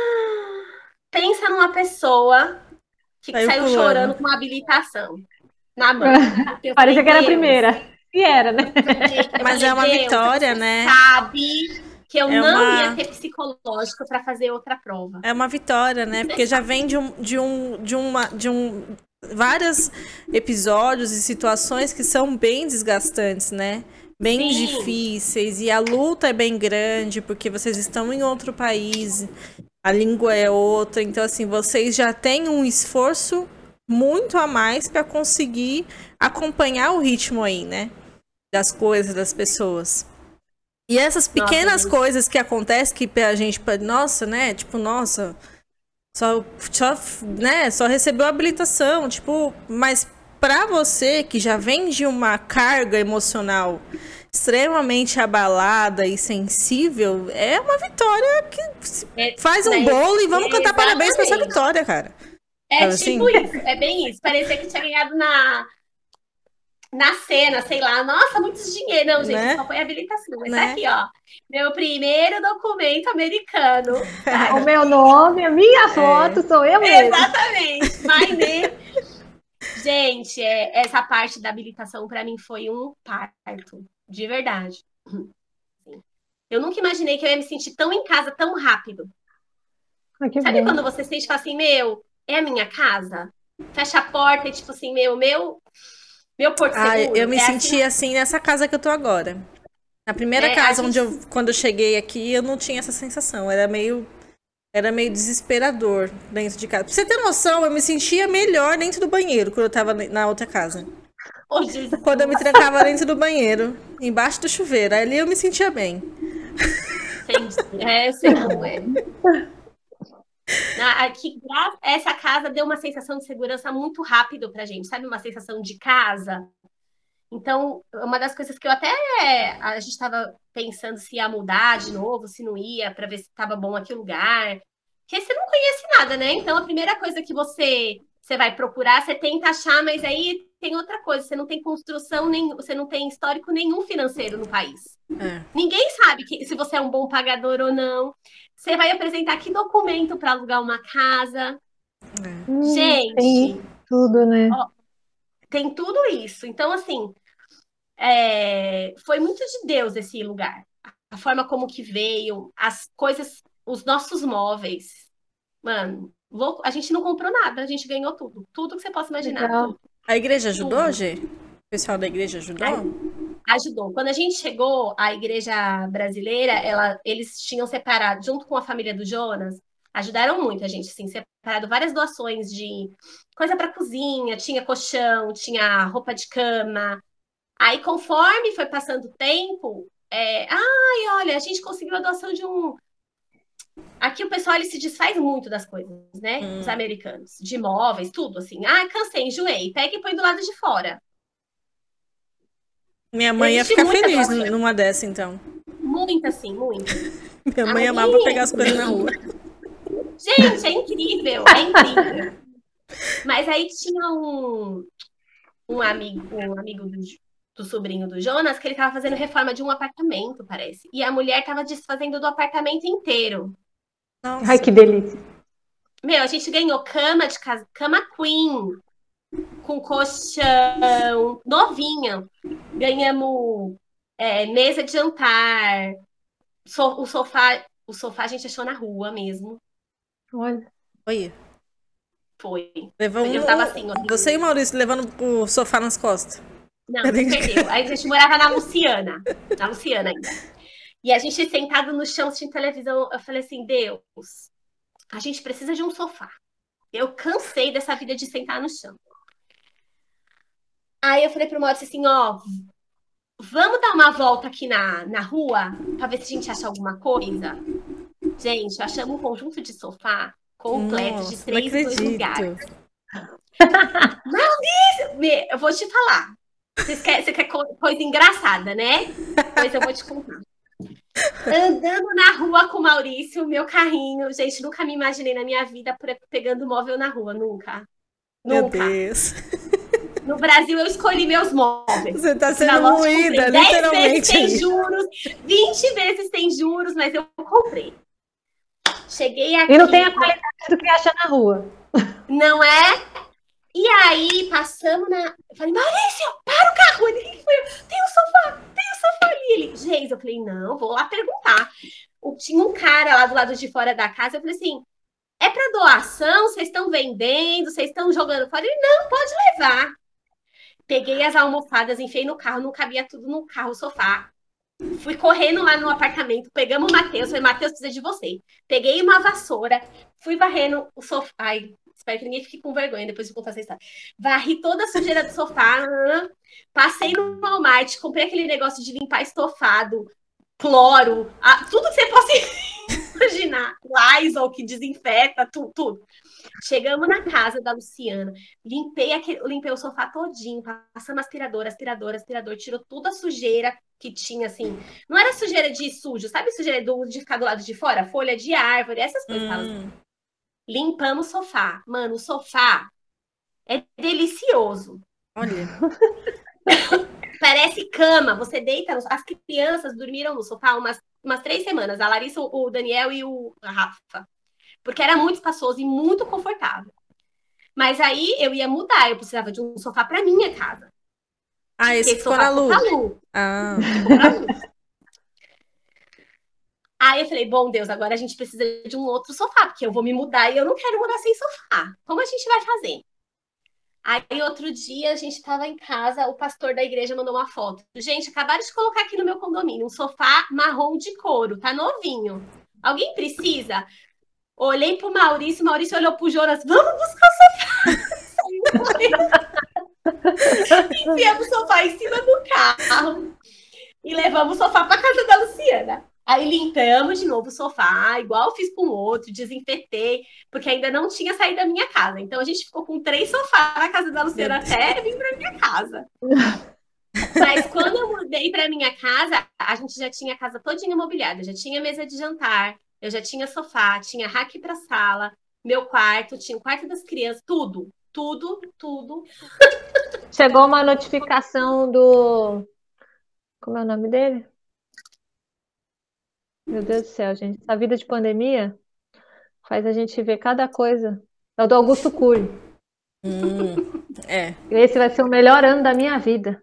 Pensa numa pessoa que Saiu saiu pulando. chorando com uma habilitação na mão. Eu Parecia falei, que era a Deus, primeira. E era, né? eu Mas falei, é uma Deus, vitória, você né? sabe que eu É não uma- ia ter psicológico para fazer outra prova. É uma vitória, né? Porque já vem de um, de um, de uma, de um, vários episódios e situações que são bem desgastantes, né? Bem Sim. difíceis e a luta é bem grande porque vocês estão em outro país, a língua é outra, então assim vocês já têm um esforço muito a mais para conseguir acompanhar o ritmo aí, né? Das coisas, das pessoas. E essas pequenas gente. coisas que acontecem que a gente, nossa, né? Tipo, nossa, só, só, né? Só recebeu a habilitação, tipo, mas pra você que já vem de uma carga emocional extremamente abalada e sensível, é uma vitória que É, faz um né? bolo e vamos É, cantar parabéns pra essa exatamente. vitória, cara. É Sabe tipo assim? isso, é bem isso. Parecia que tinha ganhado na, na cena, sei lá. Nossa, muito dinheiro. Não, gente, Né? só foi habilitação. Mas Né? tá aqui, ó. Meu primeiro documento americano. Tá? O meu nome, a minha foto, sou eu mesmo. Exatamente. My name. Gente, é, essa parte da habilitação pra mim foi um parto. De verdade. Eu nunca imaginei que eu ia me sentir tão em casa tão rápido. Ai, que Sabe bom. quando você sente e fala assim, meu, é a minha casa? Fecha a porta e tipo assim, meu, meu, meu porto Ah, seguro. eu me é senti assim nessa casa que eu tô agora. Na primeira É, a casa gente- onde eu, quando eu cheguei aqui, eu não tinha essa sensação. Era meio, era meio desesperador dentro de casa. Pra você ter noção, eu me sentia melhor dentro do banheiro quando eu tava na outra casa. Ô, Jesus. Quando eu me trancava dentro do banheiro, embaixo do chuveiro, ali eu me sentia bem. Entendi. É, eu sei como é. Na- aqui, gra- essa casa deu uma sensação de segurança muito rápido pra gente, sabe? Uma sensação de casa. Então, uma das coisas que eu até a gente estava pensando se ia mudar de novo, se não ia, para ver se estava bom aqui o lugar. Porque você não conhece nada, né? Então, a primeira coisa que você você vai procurar, você tenta achar, mas aí tem outra coisa, você não tem construção, nem, você não tem histórico nenhum financeiro no país. É. Ninguém sabe que, se você é um bom pagador ou não. Você vai apresentar que documento para alugar uma casa. É. Hum, Gente, tem tudo, né? ó, tem tudo isso. Então, assim, é, foi muito de Deus esse lugar. A forma como que veio, as coisas, os nossos móveis. Mano, vou- a gente não comprou nada, a gente ganhou tudo. Tudo que você possa imaginar. Legal. Tudo. A igreja ajudou, Tudo. Gê? O pessoal da igreja ajudou? Ajudou. Quando a gente chegou, a igreja brasileira, ela, eles tinham separado, junto com a família do Jonas, ajudaram muito a gente, assim, separado várias doações de coisa para cozinha, tinha colchão, tinha roupa de cama. Aí, conforme foi passando o tempo, é, ai, olha, a gente conseguiu a doação de um. Aqui o pessoal ele se desfaz muito das coisas, né? Hum. Os americanos, de móveis, tudo assim. Ah, cansei, enjoei, pega e põe do lado de fora. Minha mãe ia Existe ficar muita feliz doação. numa dessa, então. Muito assim, muito. Minha mãe Aí- amava pegar as coisas na rua. Gente, é incrível, é incrível. Mas aí tinha um, um amigo, um amigo do, do sobrinho do Jonas, que ele tava fazendo reforma de um apartamento, parece. E a mulher tava desfazendo do apartamento inteiro. Nossa. Ai, que delícia. Meu, a gente ganhou cama de casa, cama queen, com colchão, novinha. Ganhamos é, mesa de jantar, so- o sofá, o sofá a gente achou na rua mesmo. Olha. Oi. Foi. Levou Eu um... tava assim, ó. Você e o Maurício levando o sofá nas costas. Não, não perdeu. Aí a gente morava na Luciana. Na Luciana ainda. E a gente sentado no chão assistindo televisão. Eu falei assim, Deus, a gente precisa de um sofá. Eu cansei dessa vida de sentar no chão. Aí eu falei pro Maurício assim, ó, vamos dar uma volta aqui na, na rua pra ver se a gente acha alguma coisa? Gente, achamos um conjunto de sofá completo de Nossa, três não em dois lugares. acredito. Me- Eu vou te falar. Vocês querem, você quer co- coisa engraçada, né? Pois eu vou te contar. Andando na rua com o Maurício, meu carrinho. Gente, nunca me imaginei na minha vida pre- pegando móvel na rua. Nunca. Meu Nunca. Deus. No Brasil, eu escolhi meus móveis. Você tá Na sendo loja, moída, comprei dez vezes literalmente. sem aí. juros, vinte vezes sem juros, mas eu comprei. Cheguei aqui. E não tem a qualidade do que acha na rua. Não é? E aí, passamos na. Eu falei, Maurício, para o carro! Ele "Que foi? Tem um sofá, tem um sofá ali. Ele, gente, eu falei, não, vou lá perguntar. O- Tinha um cara lá do lado de fora da casa, eu falei assim, é para doação? Vocês estão vendendo? Vocês estão jogando fora? Ele, não, pode levar. Peguei as almofadas, enfiei no carro, não cabia tudo no carro, o sofá. Fui correndo lá no apartamento, pegamos o Matheus, falei, Matheus, precisa de você. Peguei uma vassoura, fui varrendo o sofá. Ai, espero que ninguém fique com vergonha depois de contar essa história. Varri toda a sujeira do sofá, passei no Walmart, comprei aquele negócio de limpar estofado, cloro, a- tudo que você possa imaginar. Lysol que desinfeta, tudo, tudo. Chegamos na casa da Luciana, limpei, aquele, limpei o sofá todinho, passamos aspirador, aspirador, aspirador, tirou toda a sujeira que tinha, assim. Não era sujeira de sujo, sabe sujeira do, de ficar do lado de fora? Folha de árvore, essas coisas. tava Hum, Limpamos o sofá. Mano, o sofá é delicioso. olha. Parece cama. Você deita. No... As crianças dormiram no sofá umas, umas três semanas. A Larissa, o Daniel e o a Rafa. Porque era muito espaçoso e muito confortável. Mas aí eu ia mudar. Eu precisava de um sofá para minha casa. Ah, esse Porque ficou na ficou Lu. pra Lu. Ah, Ficou pra Lu. Aí eu falei, bom Deus, agora a gente precisa de um outro sofá, porque eu vou me mudar e eu não quero mudar sem sofá. Como a gente vai fazer? Aí outro dia a gente estava em casa, o pastor da igreja mandou uma foto. Gente, acabaram de colocar aqui no meu condomínio um sofá marrom de couro, tá novinho. Alguém precisa? Olhei pro Maurício, o Maurício olhou pro Jonas, vamos buscar o sofá. Enfiamos o sofá em cima do carro e levamos o sofá para casa da Luciana. Aí limpamos de novo o sofá, igual eu fiz com o outro, desinfetei, porque ainda não tinha saído da minha casa. Então a gente ficou com três sofás na casa da Luciana até vir para minha casa. Mas quando eu mudei para minha casa, a gente já tinha a casa todinha mobiliada, já tinha mesa de jantar, eu já tinha sofá, tinha rack para sala, meu quarto, tinha o quarto das crianças, tudo, tudo, tudo. Chegou uma notificação do... Como é o nome dele? Meu Deus do céu, gente. Essa vida de pandemia faz a gente ver cada coisa. É o do Augusto Cury. Hum, é. Esse vai ser o melhor ano da minha vida.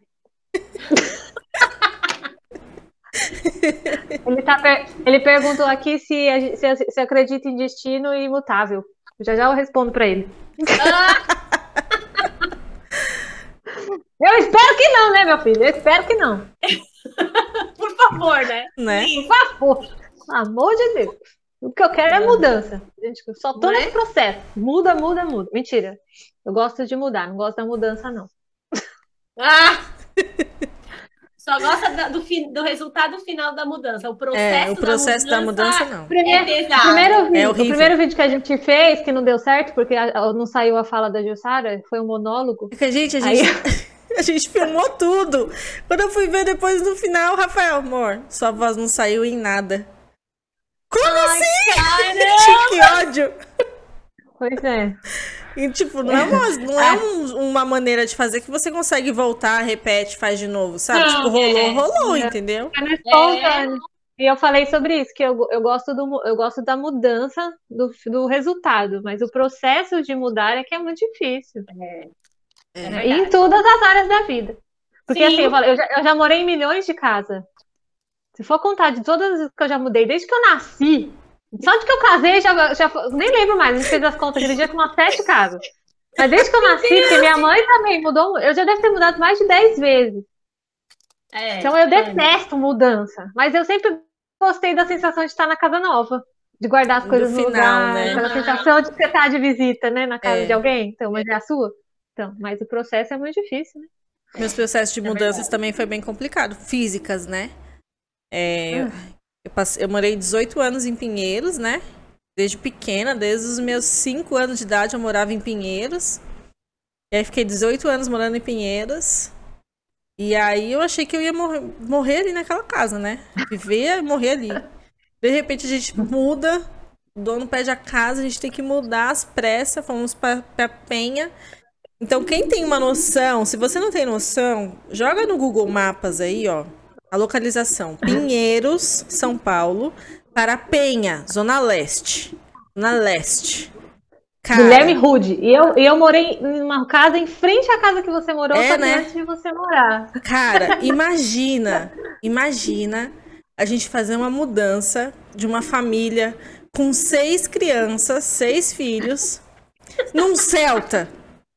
Ele, tá per... Ele perguntou aqui se, a- se, se acredita em destino imutável. Já já eu respondo pra ele. Eu espero que não, né, meu filho? Eu espero que não. Por favor, né? Né? Por favor. Pelo amor de Deus. O que eu quero é mudança. Gente, eu só tô Não é? nesse processo. Muda, muda, muda. Mentira. Eu gosto de mudar, não gosto da mudança, não. Ah! Só gosta da- do, fi- do resultado final da mudança. O processo, É, o processo da mudança, não. é Primeiro, pesado. primeiro vídeo, o horrível. primeiro vídeo que a gente fez, que não deu certo, porque a- a- não saiu a fala da Jussara, foi um monólogo. Porque, gente, a Aí- gente, a gente filmou tudo. Quando eu fui ver depois no final, Rafael, amor, sua voz não saiu em nada. Como Ai, assim? caramba! Que ódio! Pois é. E, tipo, não é, uma, não é um- uma maneira de fazer que você consegue voltar, repete, faz de novo, sabe? Não, tipo, rolou, é. rolou, É. entendeu? É no espontâneo. E eu falei sobre isso, que eu, eu, gosto do, mu- eu gosto da mudança do, do resultado, mas o processo de mudar é que é muito difícil. É E em verdade. todas as áreas da vida. Porque Sim. assim, eu, falo, eu, já, eu já morei em milhões de casas. Se for contar de todas as que eu já mudei, desde que eu nasci, só de que eu casei, já, já nem lembro mais, a gente fez as contas aquele dia com umas sete casas. Mas desde que eu nasci, porque minha mãe também mudou, eu já devo ter mudado mais de dez vezes. É, Então eu é. detesto mudança, mas eu sempre gostei da sensação de estar na casa nova, de guardar as Do coisas no final, lugar, né? aquela sensação de você estar de visita, né, na casa É. de alguém, então, mas é a sua. Então, mas o processo é muito difícil, né? Meus processos de É mudanças verdade. também foi bem complicado. Físicas, né? É, eu, passei- eu morei dezoito anos em Pinheiros, né? Desde pequena, desde os meus cinco anos de idade eu morava em Pinheiros. E aí fiquei dezoito anos morando em Pinheiros. E aí eu achei que eu ia morrer, morrer ali naquela casa, né? Viver e morrer ali. De repente a gente muda, o dono pede a casa, a gente tem que mudar às pressas, fomos pra, pra Penha. Então quem tem uma noção, se você não tem noção, joga no Google Mapas aí, ó, a localização. Pinheiros, São Paulo, para Penha, Zona Leste. Zona Leste. Cara, Guilherme Rude. E eu, e eu morei em uma casa em frente à casa que você morou, É, só que né? antes de você morar. Cara, imagina, imagina a gente fazer uma mudança de uma família com seis crianças, seis filhos, num Celta.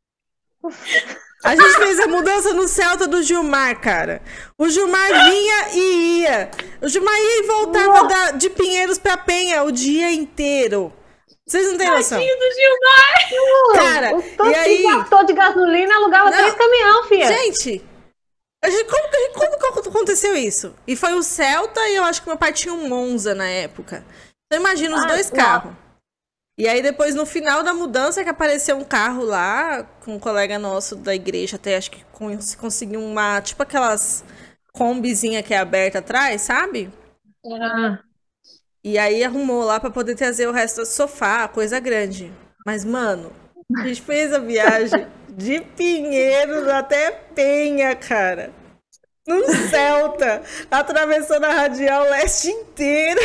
A gente fez a mudança no Celta do Gilmar, cara. O Gilmar vinha e ia. O Gilmar ia e voltava da- de Pinheiros pra Penha o dia inteiro. Vocês não têm noção. Tadinho do Gilmar! Cara, O tanto e aí... que gastou de gasolina, alugava Não. três caminhão, filha. Gente, a gente- como, que- como que aconteceu isso? E foi o Celta e eu acho que meu pai tinha um Monza na época. Então imagina os Ah, dois nossa. carros. E aí depois, no final da mudança, que apareceu um carro lá, com um colega nosso da igreja, até acho que con- conseguiu uma, tipo aquelas combizinha que é aberta atrás, sabe? Ah, E aí arrumou lá pra poder trazer o resto do sofá, coisa grande. Mas, mano, a gente fez a viagem de Pinheiros até Penha, cara. Num Celta, atravessando a Radial Leste inteira.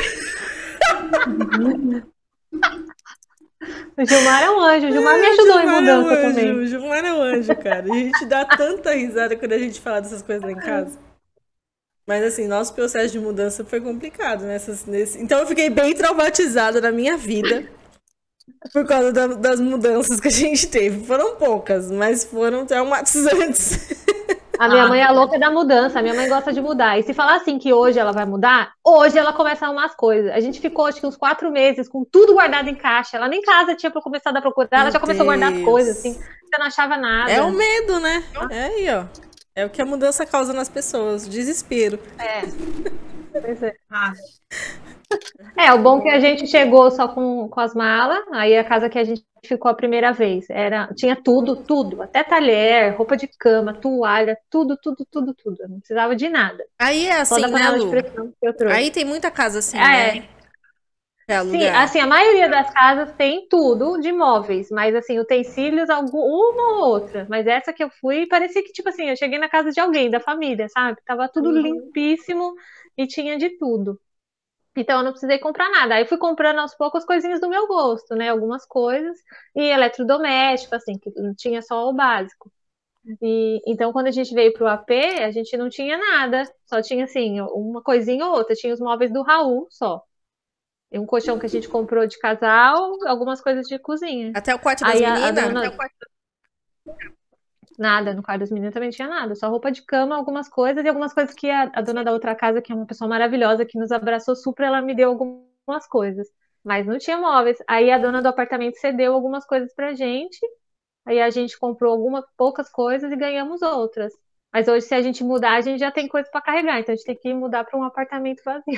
o Gilmar é um anjo. O Gilmar me Ai, ajudou em Gilmar é um mudança anjo, também. O Gilmar é um anjo, cara. A gente dá tanta risada quando a gente fala dessas coisas lá em casa. Mas assim, nosso processo de mudança foi complicado nessas, nesse... Então eu fiquei bem traumatizada na minha vida por causa da- das mudanças que a gente teve. Foram poucas, mas foram traumatizantes. A minha Ah. mãe é louca da mudança, a minha mãe gosta de mudar. E se falar assim que hoje ela vai mudar, hoje ela começa a arrumar as coisas. A gente ficou acho que uns quatro meses com tudo guardado em caixa. Ela nem casa tinha começado a procurar, ela Meu já começou a guardar as Deus. coisas, assim. Você não achava nada. É o medo, né? É aí, ó. É o que a mudança causa nas pessoas, o desespero. É. Pois é. Ah, É, o bom é que a gente chegou só com, com as malas, aí a casa que a gente ficou a primeira vez, era, tinha tudo, tudo, até talher, roupa de cama, toalha, tudo, tudo, tudo, tudo. Eu não precisava de nada. Aí é Só assim, da né, panela de Lu? pressão que eu trouxe. Aí tem muita casa assim, Ah, né? é. Pra Sim, alugar. assim, a maioria das casas tem tudo de móveis, mas assim, utensílios, algum, uma ou outra. Mas essa que eu fui, parecia que, tipo assim, eu cheguei na casa de alguém, da família, sabe? Tava tudo Uhum. limpíssimo e tinha de tudo. Então eu não precisei comprar nada. Aí eu fui comprando aos poucos coisinhas do meu gosto, né? Algumas coisas. E eletrodoméstico, assim, que não tinha só o básico. E então quando a gente veio pro A P, a gente não tinha nada. Só tinha, assim, uma coisinha ou outra. Tinha os móveis do Raul só. E um colchão que a gente comprou de casal, algumas coisas de cozinha. Até o quarto das Aí a, a meninas? dona. Nada, no quarto das meninas também tinha nada, só roupa de cama, algumas coisas, e algumas coisas que a, a dona da outra casa, que é uma pessoa maravilhosa, que nos abraçou super, ela me deu algumas coisas. Mas não tinha móveis. Aí a dona do apartamento cedeu algumas coisas pra gente, aí a gente comprou algumas poucas coisas e ganhamos outras. Mas hoje, se a gente mudar, a gente já tem coisa pra carregar, então a gente tem que mudar pra um apartamento vazio.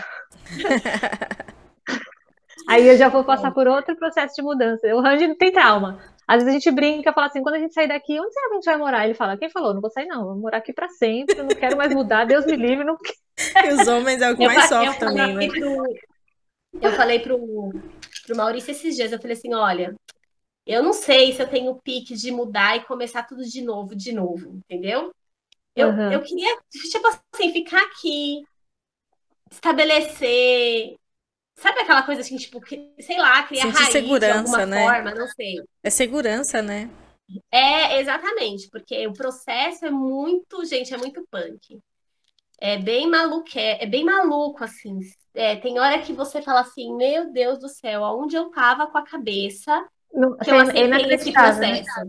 Aí eu já vou passar por outro processo de mudança. O Randy tem trauma. Às vezes a gente brinca, fala assim, quando a gente sair daqui, onde será que a gente vai morar? Ele fala, quem falou? Não vou sair não, vou morar aqui pra sempre, não quero mais mudar, Deus me livre. Não... E os homens é o que Eu, mais fa- eu sofre também, falei né? pro, eu falei pro, pro Maurício esses dias, eu falei assim, olha, eu não sei se eu tenho o pique de mudar e começar tudo de novo, de novo, entendeu? Eu, eu Uhum. queria, tipo assim, ficar aqui, estabelecer, sabe aquela coisa assim, tipo, que- sei lá, criar Sentir raiz de alguma segurança, né? forma, não sei. É segurança, né? É, exatamente, porque o processo é muito, gente, é muito punk. É bem maluco, é, é bem maluco, assim. É, tem hora que você fala assim, meu Deus do céu, aonde eu tava com a cabeça Não- que eu assim, é aceitei esse inacreditável, né? processo?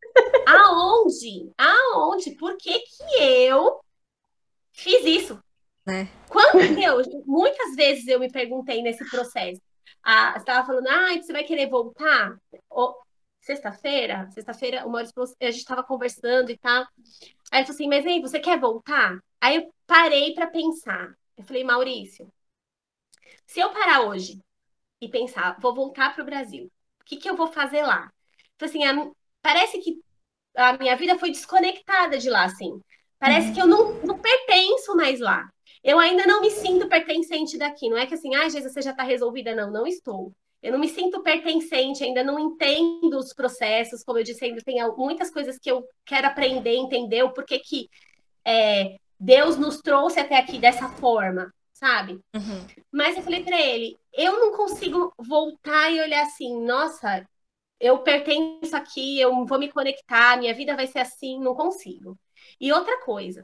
Aonde? Aonde? Por que que eu fiz isso? Né? Quando, meu, muitas vezes eu me perguntei nesse processo. Ah, você estava falando, ah, você vai querer voltar? Ô, sexta-feira, sexta-feira, o Maurício falou- a gente estava conversando e tal. Aí ele falou assim, mas aí, você quer voltar? Aí eu parei para pensar. Eu falei, Maurício, se eu parar hoje e pensar, vou voltar para o Brasil, o que que eu vou fazer lá? Então, assim, a- parece que a minha vida foi desconectada de lá, assim. Parece que eu não, não pertenço mais lá. Eu ainda não me sinto pertencente daqui. Não é que assim, ah, Jesus, você já está resolvida. Não, não estou. Eu não me sinto pertencente, ainda não entendo os processos. Como eu disse, ainda tem muitas coisas que eu quero aprender, entender o porquê que é, Deus nos trouxe até aqui dessa forma, sabe? Uhum. Mas eu falei para ele, eu não consigo voltar e olhar assim, nossa, eu pertenço aqui, eu vou me conectar, minha vida vai ser assim, não consigo. E outra coisa,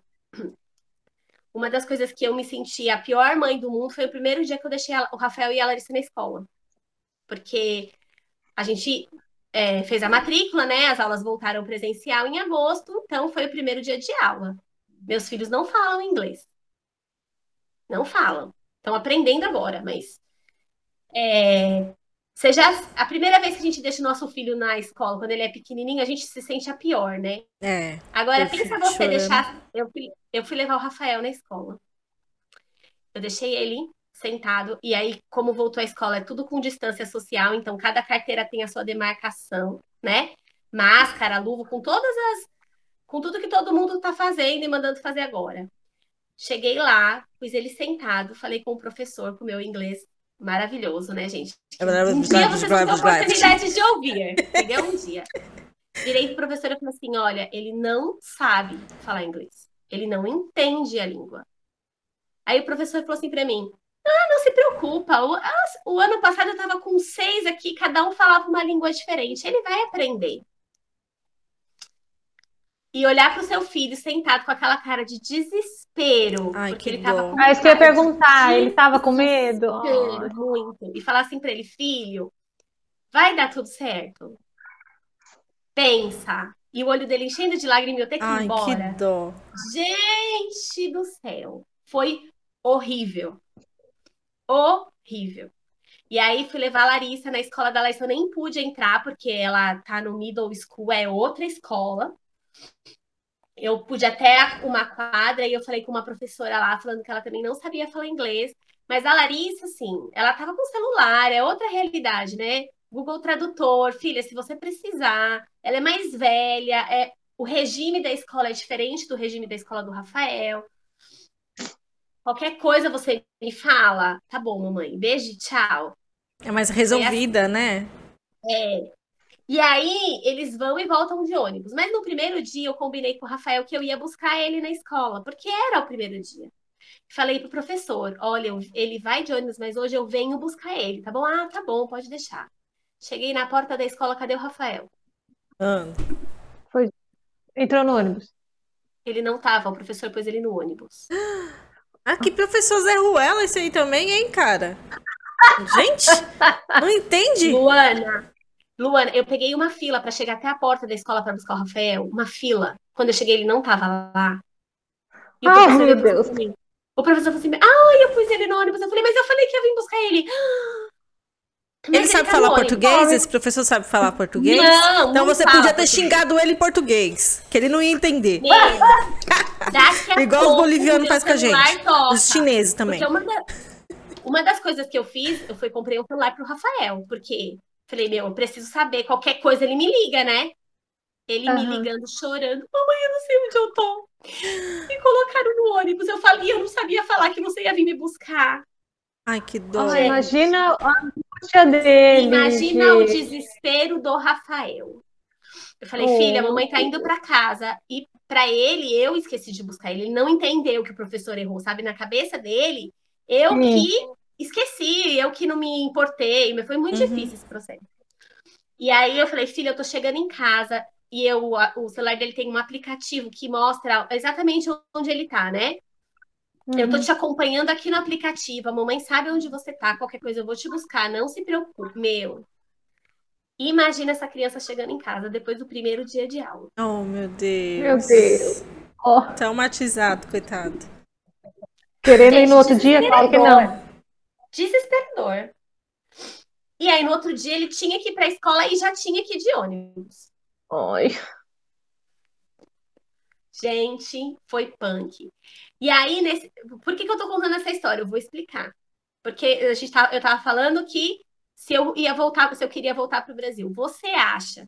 uma das coisas que eu me senti a pior mãe do mundo foi o primeiro dia que eu deixei a- o Rafael e a Larissa na escola. Porque a gente é, fez a matrícula, né? As aulas voltaram presencial em agosto, então foi o primeiro dia de aula. Meus filhos não falam inglês, não falam. Estão aprendendo agora, mas é, seja a primeira vez que a gente deixa o nosso filho na escola, quando ele é pequenininho, a gente se sente a pior, né? É. Agora, Eu pensa fico você chorando. deixar. Eu fui, eu fui levar o Rafael na escola. Eu deixei ele sentado, e aí, como voltou à escola, é tudo com distância social, então cada carteira tem a sua demarcação, né? Máscara, luva, com todas as. Com tudo que todo mundo tá fazendo e mandando fazer agora. Cheguei lá, pus ele sentado, falei com o professor, com o meu inglês maravilhoso, né, gente? Que um dia vocês vão ter a oportunidade de ouvir, entendeu? Um dia. Virei pro professor e falei assim: olha, ele não sabe falar inglês. Ele não entende a língua. Aí o professor falou assim para mim: ah, não se preocupa. O, as- o ano passado eu estava com seis aqui, cada um falava uma língua diferente. Ele vai aprender. E olhar para o seu filho sentado com aquela cara de desespero, Ai, porque que ele estava dó. com Ah, uma isso que eu ia cara de perguntar, ele tava com medo? desespero Ai. muito. E falar assim para ele: filho, vai dar tudo certo. Pensa. E o olho dele enchendo de lágrimas e eu ter que ir Ai, que embora. dó. Gente do céu, foi horrível, horrível. E aí fui levar a Larissa na escola da Larissa, eu nem pude entrar porque ela tá no middle school, é outra escola. Eu pude até uma quadra e eu falei com uma professora lá, falando que ela também não sabia falar inglês. Mas a Larissa, assim, ela tava com celular, é outra realidade, né? Google Tradutor, filha, se você precisar, ela é mais velha, é o regime da escola é diferente do regime da escola do Rafael. Qualquer coisa você me fala, tá bom, mamãe, beijo, tchau. É mais resolvida, né? É. E aí, eles vão e voltam de ônibus. Mas no primeiro dia, eu combinei com o Rafael que eu ia buscar ele na escola, porque era o primeiro dia. Falei pro professor, olha, eu- ele vai de ônibus, mas hoje eu venho buscar ele, tá bom? Ah, tá bom, pode deixar. Cheguei na porta da escola, cadê o Rafael? Ah. Foi. Entrou no ônibus. Ele não tava, o professor pôs ele no ônibus. Ah, que professor Zé Ruela esse aí também, hein, cara? Gente, não entende? Luana, Luana, eu peguei uma fila pra chegar até a porta da escola pra buscar o Rafael, uma fila. Quando eu cheguei, ele não tava lá. E o Ai, professor meu veio Deus. pra mim. O professor falou assim: ah, eu pus ele no ônibus. Eu falei, mas eu falei que ia vir buscar ele. Mas Ele sabe tá falar no ônibus. português? Esse professor sabe falar português? Não, então não você fala podia ter português. xingado ele em português, que ele não ia entender. Meu, daqui a Igual os pouco, bolivianos meu fazem com a celular gente. toca. Os chineses também. Porque uma, da- uma das coisas que eu fiz, eu fui comprei um celular pro Rafael, porque falei, meu, eu preciso saber, qualquer coisa ele me liga, né? Ele me Aham. ligando, chorando, mamãe, eu não sei onde eu tô. Me colocaram no ônibus, eu falei, eu não sabia falar que você ia vir me buscar. Ai, que dó. Ai, Gente. imagina a angústia dele. Imagina o de- desespero do Rafael. Eu falei, Oh, filha, a mamãe tá indo pra casa. E pra ele, eu esqueci de buscar ele. Ele não entendeu que o professor errou, sabe? Na cabeça dele, eu Sim. que esqueci, eu que não me importei. Mas foi muito Uhum. difícil esse processo. E aí eu falei, filha, eu tô chegando em casa e eu, a- o celular dele tem um aplicativo que mostra exatamente onde ele tá, né? Eu tô Uhum. te acompanhando aqui no aplicativo. A mamãe sabe onde você tá. Qualquer coisa eu vou te buscar. Não se preocupe. Meu, imagina essa criança chegando em casa depois do primeiro dia de aula. Oh, meu Deus. Meu Deus. Ó, Traumatizado, coitado. querendo ir Gente, no outro dia, claro que não. Desesperador. E aí, no outro dia, ele tinha que ir pra escola e já tinha que ir de ônibus. Ai. Gente, foi punk. E aí, nesse... por que que eu tô contando essa história? Eu vou explicar. Porque a gente tava... eu tava falando que se eu ia voltar, se eu queria voltar pro Brasil. Você acha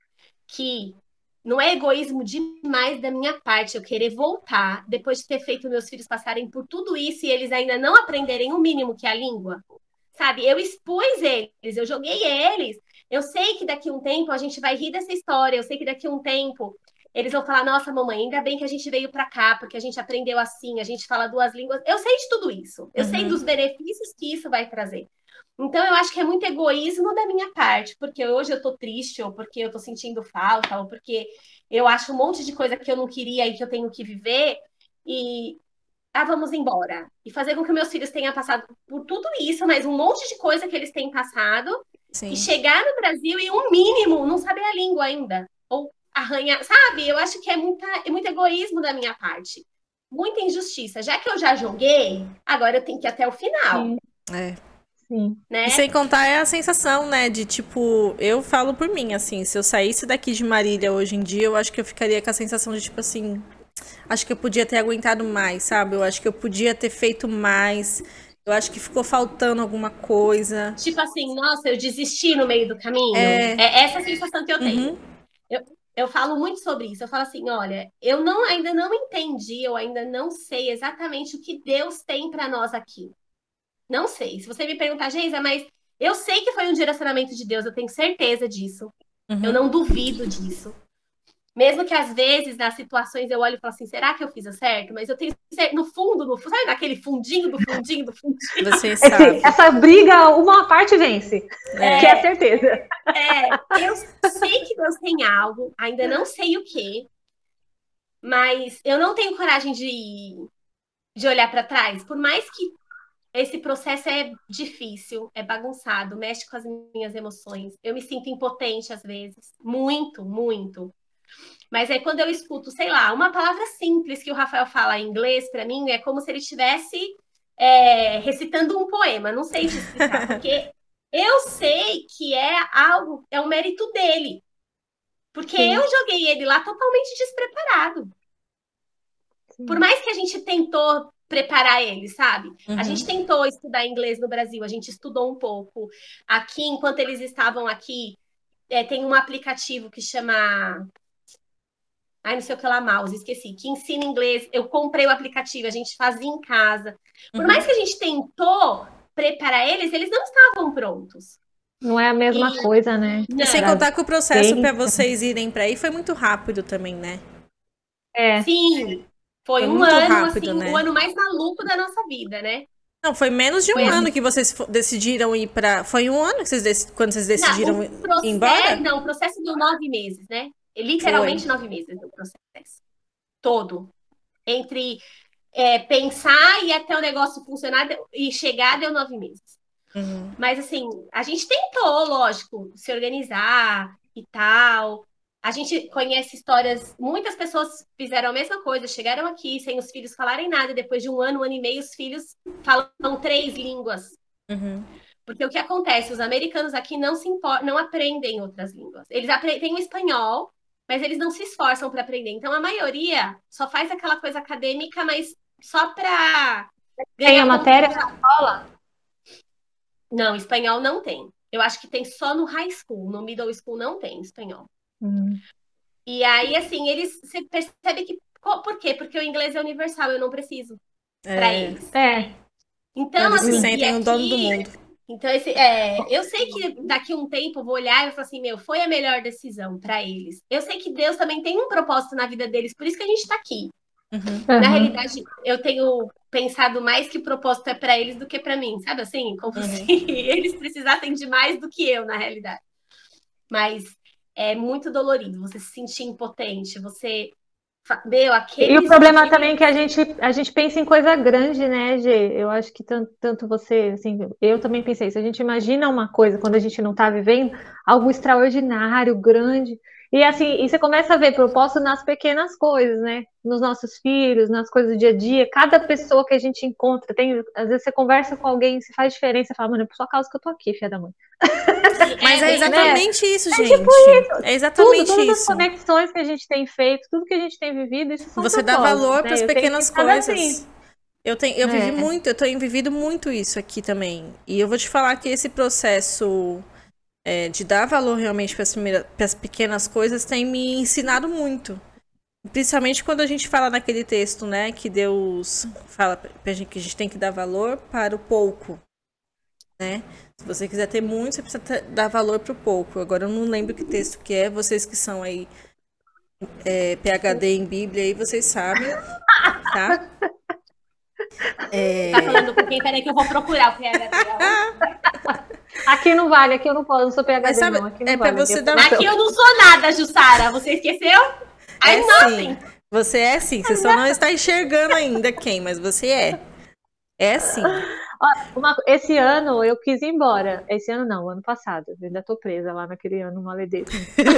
que não é egoísmo demais da minha parte eu querer voltar depois de ter feito meus filhos passarem por tudo isso e eles ainda não aprenderem o mínimo que é a língua? Sabe? Eu expus eles, eu joguei eles. Eu sei que daqui a um tempo a gente vai rir dessa história, eu sei que daqui a um tempo eles vão falar: nossa, mamãe, ainda bem que a gente veio pra cá, porque a gente aprendeu assim, a gente fala duas línguas. Eu sei de tudo isso, eu sei Uhum. dos benefícios que isso vai trazer. Então, eu acho que é muito egoísmo da minha parte, porque hoje eu tô triste, ou porque eu tô sentindo falta, ou porque eu acho um monte de coisa que eu não queria e que eu tenho que viver, e ah, vamos embora. E fazer com que meus filhos tenham passado por tudo isso, mas um monte de coisa que eles têm passado, Sim. e chegar no Brasil e, um mínimo, não saber a língua ainda. Ou arranhar, sabe? Eu acho que é, muita, é muito egoísmo da minha parte. Muita injustiça. Já que eu já joguei, agora eu tenho que ir até o final. Sim, É. sim. Né? E sem contar é a sensação, né, de tipo, eu falo por mim, assim, se eu saísse daqui de Marília hoje em dia, eu acho que eu ficaria com a sensação de tipo assim, acho que eu podia ter aguentado mais, sabe? Eu acho que eu podia ter feito mais. Eu acho que ficou faltando alguma coisa. Tipo assim, nossa, eu desisti no meio do caminho. É. É essa a sensação que eu tenho. Uhum. Eu, eu falo muito sobre isso. Eu falo assim, olha, eu não, ainda não entendi, eu ainda não sei exatamente o que Deus tem para nós aqui. Não sei. Se você me perguntar, Geisa, mas eu sei que foi um direcionamento de Deus, eu tenho certeza disso. Uhum. Eu não duvido disso. Mesmo que às vezes, nas situações, eu olho e falo assim, será que eu fiz o certo? Mas eu tenho certeza, no fundo, no fundo, sabe naquele fundinho do fundinho do fundinho? Você Esse- sabe. essa briga, uma parte vence. É. Que é certeza. É, eu sei que Deus tem algo, ainda não sei o que, mas eu não tenho coragem de, de olhar para trás. Por mais que esse processo é difícil, é bagunçado, mexe com as minhas emoções. Eu me sinto impotente às vezes, muito, muito. Mas é quando eu escuto, sei lá, uma palavra simples que o Rafael fala em inglês, para mim, é como se ele estivesse é, recitando um poema. Não sei te explicar, porque eu sei que é algo, é um mérito dele. Porque Sim. eu joguei ele lá totalmente despreparado. Sim. Por mais que a gente tentou preparar ele, sabe? Uhum. A gente tentou estudar inglês no Brasil, a gente estudou um pouco. Aqui, enquanto eles estavam aqui, é, tem um aplicativo que chama... Ai, não sei o que lá, mouse, esqueci. Que ensina inglês. Eu comprei o aplicativo, a gente fazia em casa. Por Uhum. mais que a gente tentou preparar para eles, eles não estavam prontos. Não é a mesma E- coisa, né? E sem Não. contar que o processo Sim. pra vocês irem pra aí foi muito rápido também, né? É. Sim, foi, Foi um muito ano, rápido, assim, né? o ano mais maluco da nossa vida, né? Não, foi menos de um Foi assim. ano que vocês fo- decidiram ir pra. Foi um ano que vocês dec- quando vocês decidiram Não, ir o processo, embora? não, o processo deu nove meses, né? Literalmente Foi. nove meses o processo. Todo. Entre é, pensar e até o negócio funcionar deu- e chegar, deu nove meses. Uhum. Mas, assim, a gente tentou, lógico, se organizar e tal. A gente conhece histórias, muitas pessoas fizeram a mesma coisa, chegaram aqui sem os filhos falarem nada, depois de um ano, um ano e meio, os filhos falam três línguas. Uhum. Porque o que acontece? Os americanos aqui não se impor- não aprendem outras línguas. Eles aprendem o espanhol, mas eles não se esforçam para aprender. Então, a maioria só faz aquela coisa acadêmica, mas só para Tem a matéria na escola? Não, espanhol não tem. Eu acho que tem só no high school, no middle school não tem espanhol. Hum. E aí, assim, eles, você percebe que, co- por quê? Porque o inglês é universal, eu não preciso para É, eles. É. Então, eles se assim, e sentem o dono do aqui, mundo. então esse, é, eu sei que daqui a um tempo eu vou olhar e vou falar assim, meu, foi a melhor decisão para eles. Eu sei que Deus também tem um propósito na vida deles, por isso que a gente está aqui. Uhum. Na Aham. realidade, eu tenho pensado mais que o propósito é para eles do que para mim, sabe assim? Como Uhum. se eles precisassem de mais do que eu, na realidade. Mas é muito dolorido você se sentir impotente, você. fa- Meu, aqueles. E o problema dias- também é que a gente, a gente pensa em coisa grande, né, Gê? Eu acho que tanto, tanto você, assim, eu também pensei isso. A gente imagina uma coisa quando a gente não tá vivendo, algo extraordinário, grande. E assim, e você começa a ver propósito nas pequenas coisas, né? Nos nossos filhos, nas coisas do dia a dia. Cada pessoa que a gente encontra, tem, às vezes você conversa com alguém, se faz diferença, fala, mano, é por sua causa que eu tô aqui, filha da mãe. Mas é bem- exatamente isso, gente. É Tudo, exatamente todas as isso. conexões que a gente tem feito, tudo que a gente tem vivido, isso são Você dá propósitos, valor né? para as Eu tenho pequenas pensado coisas. assim. Eu, tenho, eu vivi É. muito, eu tenho vivido muito isso aqui também. E eu vou te falar que esse processo é, de dar valor realmente para as pequenas coisas tem me ensinado muito. Principalmente quando a gente fala naquele texto, né, que Deus fala pra gente que a gente tem que dar valor para o pouco, né? Se você quiser ter muito, você precisa ter- dar valor para o pouco. Agora eu não lembro que texto que é, vocês que são aí é, PhD em Bíblia, aí vocês sabem, tá? É, Tá falando com quem? Peraí que eu vou procurar o P H D. Aqui não vale, aqui eu não posso, não sou PhD Mas sabe, não, aqui não é pra vale. você aqui dar- eu- Aqui eu não sou nada, Jussara. Você esqueceu? é I'm nothing. sim. Você é sim. Você só não está enxergando ainda quem, mas você é. É sim. Ó, uma- esse ano eu quis ir embora. Esse ano não, ano passado. Eu ainda tô presa lá naquele ano maledeto.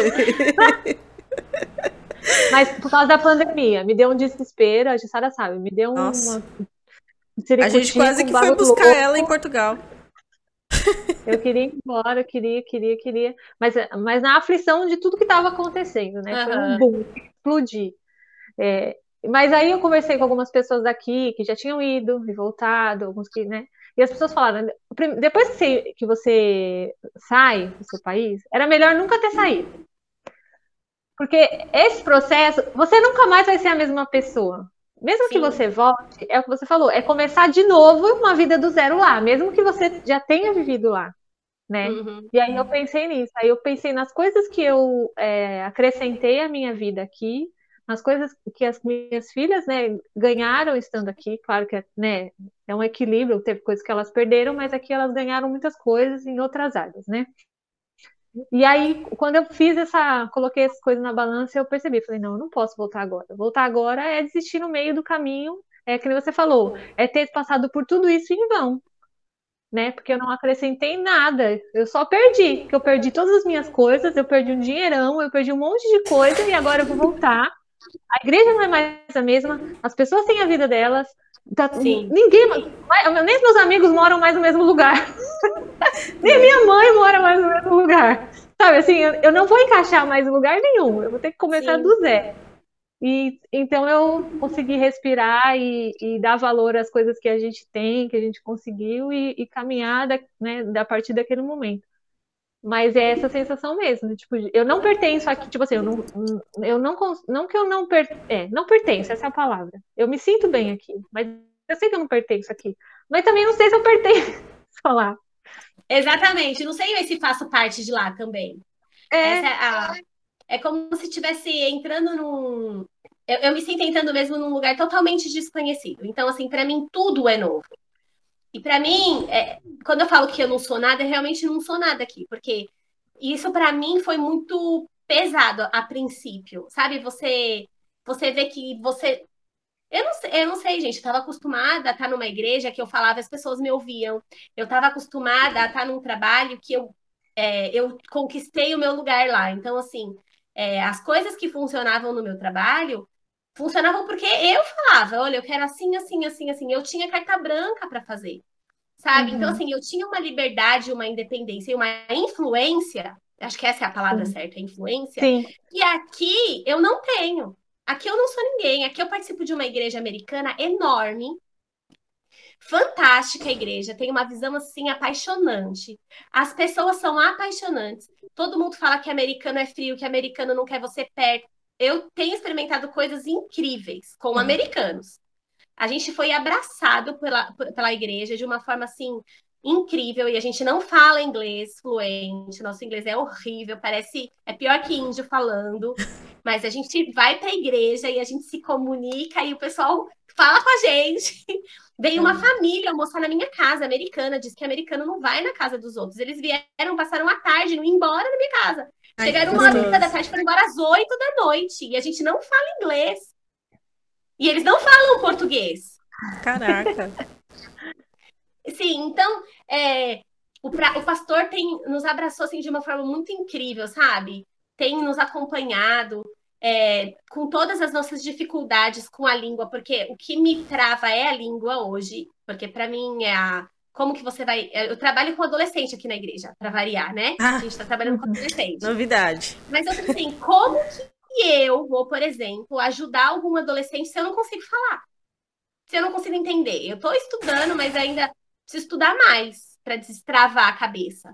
Mas por causa da pandemia, me deu um desespero, a Jussara sabe, me deu um, Nossa. uma. A gente quase que foi buscar ela em Portugal. Eu queria ir embora, queria, queria, queria. Mas, mas na aflição de tudo que estava acontecendo, né? Foi um Aham. boom, explodir. É, mas aí eu conversei com algumas pessoas daqui que já tinham ido e voltado, alguns que, né? E as pessoas falaram, prim- depois que você, que você sai do seu país, era melhor nunca ter saído. Porque esse processo, você nunca mais vai ser a mesma pessoa. Mesmo que Sim. você volte, é o que você falou, é começar de novo uma vida do zero lá, mesmo que você já tenha vivido lá, né? Uhum. E aí eu pensei nisso, aí eu pensei nas coisas que eu é, acrescentei à minha vida aqui, nas coisas que as minhas filhas, né, ganharam estando aqui. Claro que, né, é um equilíbrio, teve coisas que elas perderam, mas aqui elas ganharam muitas coisas em outras áreas, né? E aí, quando eu fiz essa, coloquei essas coisas na balança, eu percebi, falei, não, eu não posso voltar agora. Voltar agora é desistir no meio do caminho, é que nem você falou, é ter passado por tudo isso em vão, né? Porque eu não acrescentei nada, eu só perdi, porque eu perdi todas as minhas coisas, eu perdi um dinheirão, eu perdi um monte de coisa e agora eu vou voltar. A igreja não é mais a mesma, as pessoas têm a vida delas, tá, Sim. ninguém, nem meus amigos moram mais no mesmo lugar. Nem minha mãe mora mais no mesmo lugar. Sabe, assim, eu, eu não vou encaixar mais em lugar nenhum. Eu vou ter que começar Sim. do zero. E então eu consegui respirar e, e dar valor às coisas que a gente tem, que a gente conseguiu e, e caminhar da, né, da partir daquele momento. Mas é essa sensação mesmo, tipo, eu não pertenço aqui, tipo assim, eu não, eu não, não que eu não, per, é, não pertenço, essa é a palavra. Eu me sinto bem aqui, mas eu sei que eu não pertenço aqui. Mas também não sei se eu pertenço. falar. Exatamente. Não sei se faço parte de lá também. É, Essa é, a, é como se estivesse entrando num... Eu, eu me sinto entrando mesmo num lugar totalmente desconhecido. Então, assim, para mim, tudo é novo. E para mim, é, quando eu falo que eu não sou nada, eu realmente não sou nada aqui. Porque isso, para mim, foi muito pesado a princípio. Sabe? Você, você vê que você... Eu não sei, eu não sei, gente. Eu estava acostumada a estar numa igreja que eu falava, as pessoas me ouviam. Eu estava acostumada a estar num trabalho que eu, é, eu conquistei o meu lugar lá. Então, assim, é, as coisas que funcionavam no meu trabalho funcionavam porque eu falava, olha, eu quero assim, assim, assim, assim. Eu tinha carta branca para fazer, sabe? Então, uhum, assim, eu tinha uma liberdade, uma independência e uma influência. Acho que essa é a palavra sim, certa, influência. sim, E aqui eu não tenho. Aqui eu não sou ninguém. Aqui eu participo de uma igreja americana enorme, fantástica a igreja, tem uma visão assim apaixonante. As pessoas são apaixonantes. Todo mundo fala que americano é frio, que americano não quer você perto. Eu tenho experimentado coisas incríveis com Uhum. americanos. A gente foi abraçado pela, pela igreja de uma forma assim incrível e a gente não fala inglês fluente, nosso inglês é horrível, parece é pior que índio falando, mas a gente vai para a igreja e a gente se comunica e o pessoal fala com a gente. Veio uma família almoçar na minha casa, americana, diz que americano não vai na casa dos outros. Eles vieram, passaram a tarde, não iam embora na minha casa. Ai, Chegaram que uma hora da gostoso. tarde, foram embora às oito da noite e a gente não fala inglês. E eles não falam português. Caraca. Sim, então, é, o, pra, o pastor tem nos abraçou assim, de uma forma muito incrível, sabe? Tem nos acompanhado é, com todas as nossas dificuldades com a língua, porque o que me trava é a língua hoje, porque para mim é a. Como que você vai. Eu trabalho com adolescente aqui na igreja, para variar, né? A Ah, gente está trabalhando com uhum, adolescente. novidade. Mas eu penso assim, como que eu vou, por exemplo, ajudar algum adolescente se eu não consigo falar? Se eu não consigo entender? Eu estou estudando, mas ainda preciso estudar mais para destravar a cabeça.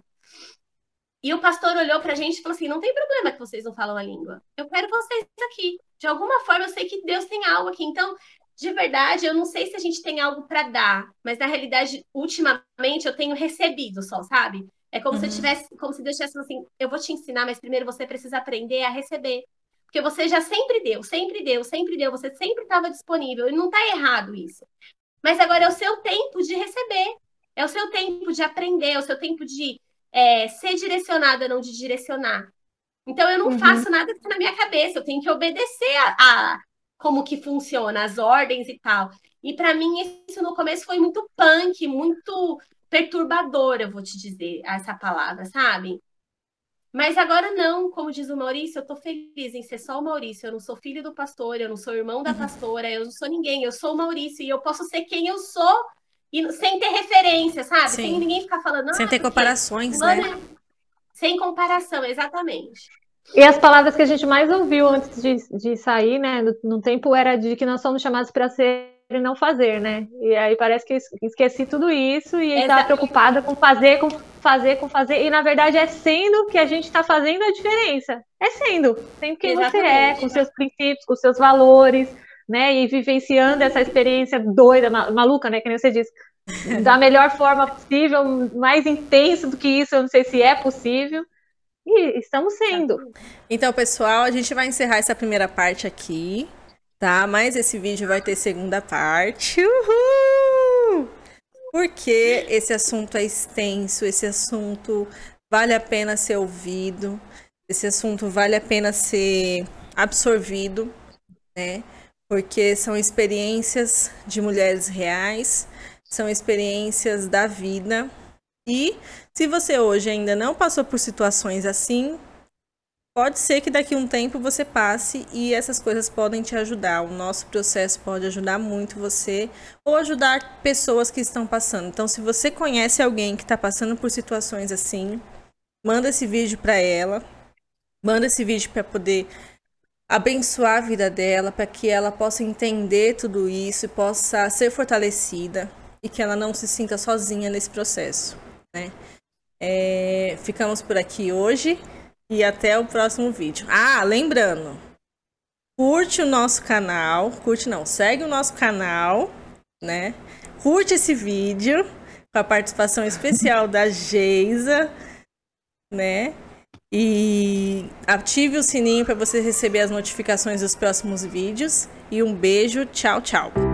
E o pastor olhou pra gente e falou assim: não tem problema que vocês não falam a língua. Eu quero vocês aqui. De alguma forma, eu sei que Deus tem algo aqui. Então, de verdade, eu não sei se a gente tem algo para dar, mas na realidade, ultimamente, eu tenho recebido só, sabe? É como Uhum. se eu tivesse, como se Deus tivesse assim: eu vou te ensinar, mas primeiro você precisa aprender a receber. Porque você já sempre deu, sempre deu, sempre deu, você sempre estava disponível. E não está errado isso. Mas agora é o seu tempo de receber. É o seu tempo de aprender, é o seu tempo de é, ser direcionada, não de direcionar. Então, eu não uhum. faço nada que está na minha cabeça. Eu tenho que obedecer a, a como que funciona, as ordens e tal. E para mim, isso no começo foi muito punk, muito perturbador, eu vou te dizer essa palavra, sabe? Mas agora não, como diz o Maurício, eu tô feliz em ser só o Maurício. Eu não sou filho do pastor, eu não sou irmão da pastora, eu não sou ninguém, eu sou o Maurício e eu posso ser quem eu sou e sem ter referência, sabe? Sim. Sem ninguém ficar falando, Sem ah, ter porque comparações, fulano né? é- Sem comparação, exatamente. E as palavras que a gente mais ouviu antes de, de sair, né, no, no tempo, era de que nós somos chamados para ser e não fazer, né? E aí parece que eu esqueci tudo isso e estava Exa- preocupada com fazer, com fazer, com fazer. E na verdade é sendo que a gente está fazendo a diferença. É sendo, sendo quem você é, Exatamente. com seus princípios, com seus valores, né? E vivenciando essa experiência doida, ma- maluca, né? Que nem você disse. Da melhor forma possível, mais intensa do que isso, eu não sei se é possível. E estamos sendo. Então, pessoal, a gente vai encerrar essa primeira parte aqui, tá? Mas esse vídeo vai ter segunda parte. Uhul! Porque esse assunto é extenso, esse assunto vale a pena ser ouvido, esse assunto vale a pena ser absorvido, né? Porque são experiências de mulheres reais, são experiências da vida. E se você hoje ainda não passou por situações assim, pode ser que daqui a um tempo você passe e essas coisas podem te ajudar. O nosso processo pode ajudar muito você ou ajudar pessoas que estão passando. Então, se você conhece alguém que está passando por situações assim, manda esse vídeo para ela, manda esse vídeo para poder abençoar a vida dela, para que ela possa entender tudo isso e possa ser fortalecida e que ela não se sinta sozinha nesse processo, né? É, ficamos por aqui hoje e até o próximo vídeo. Ah, lembrando, curte o nosso canal, curte não, segue o nosso canal, né? Curte esse vídeo, com a participação especial da Geisa, né? E ative o sininho para você receber as notificações dos próximos vídeos. E um beijo, tchau, tchau.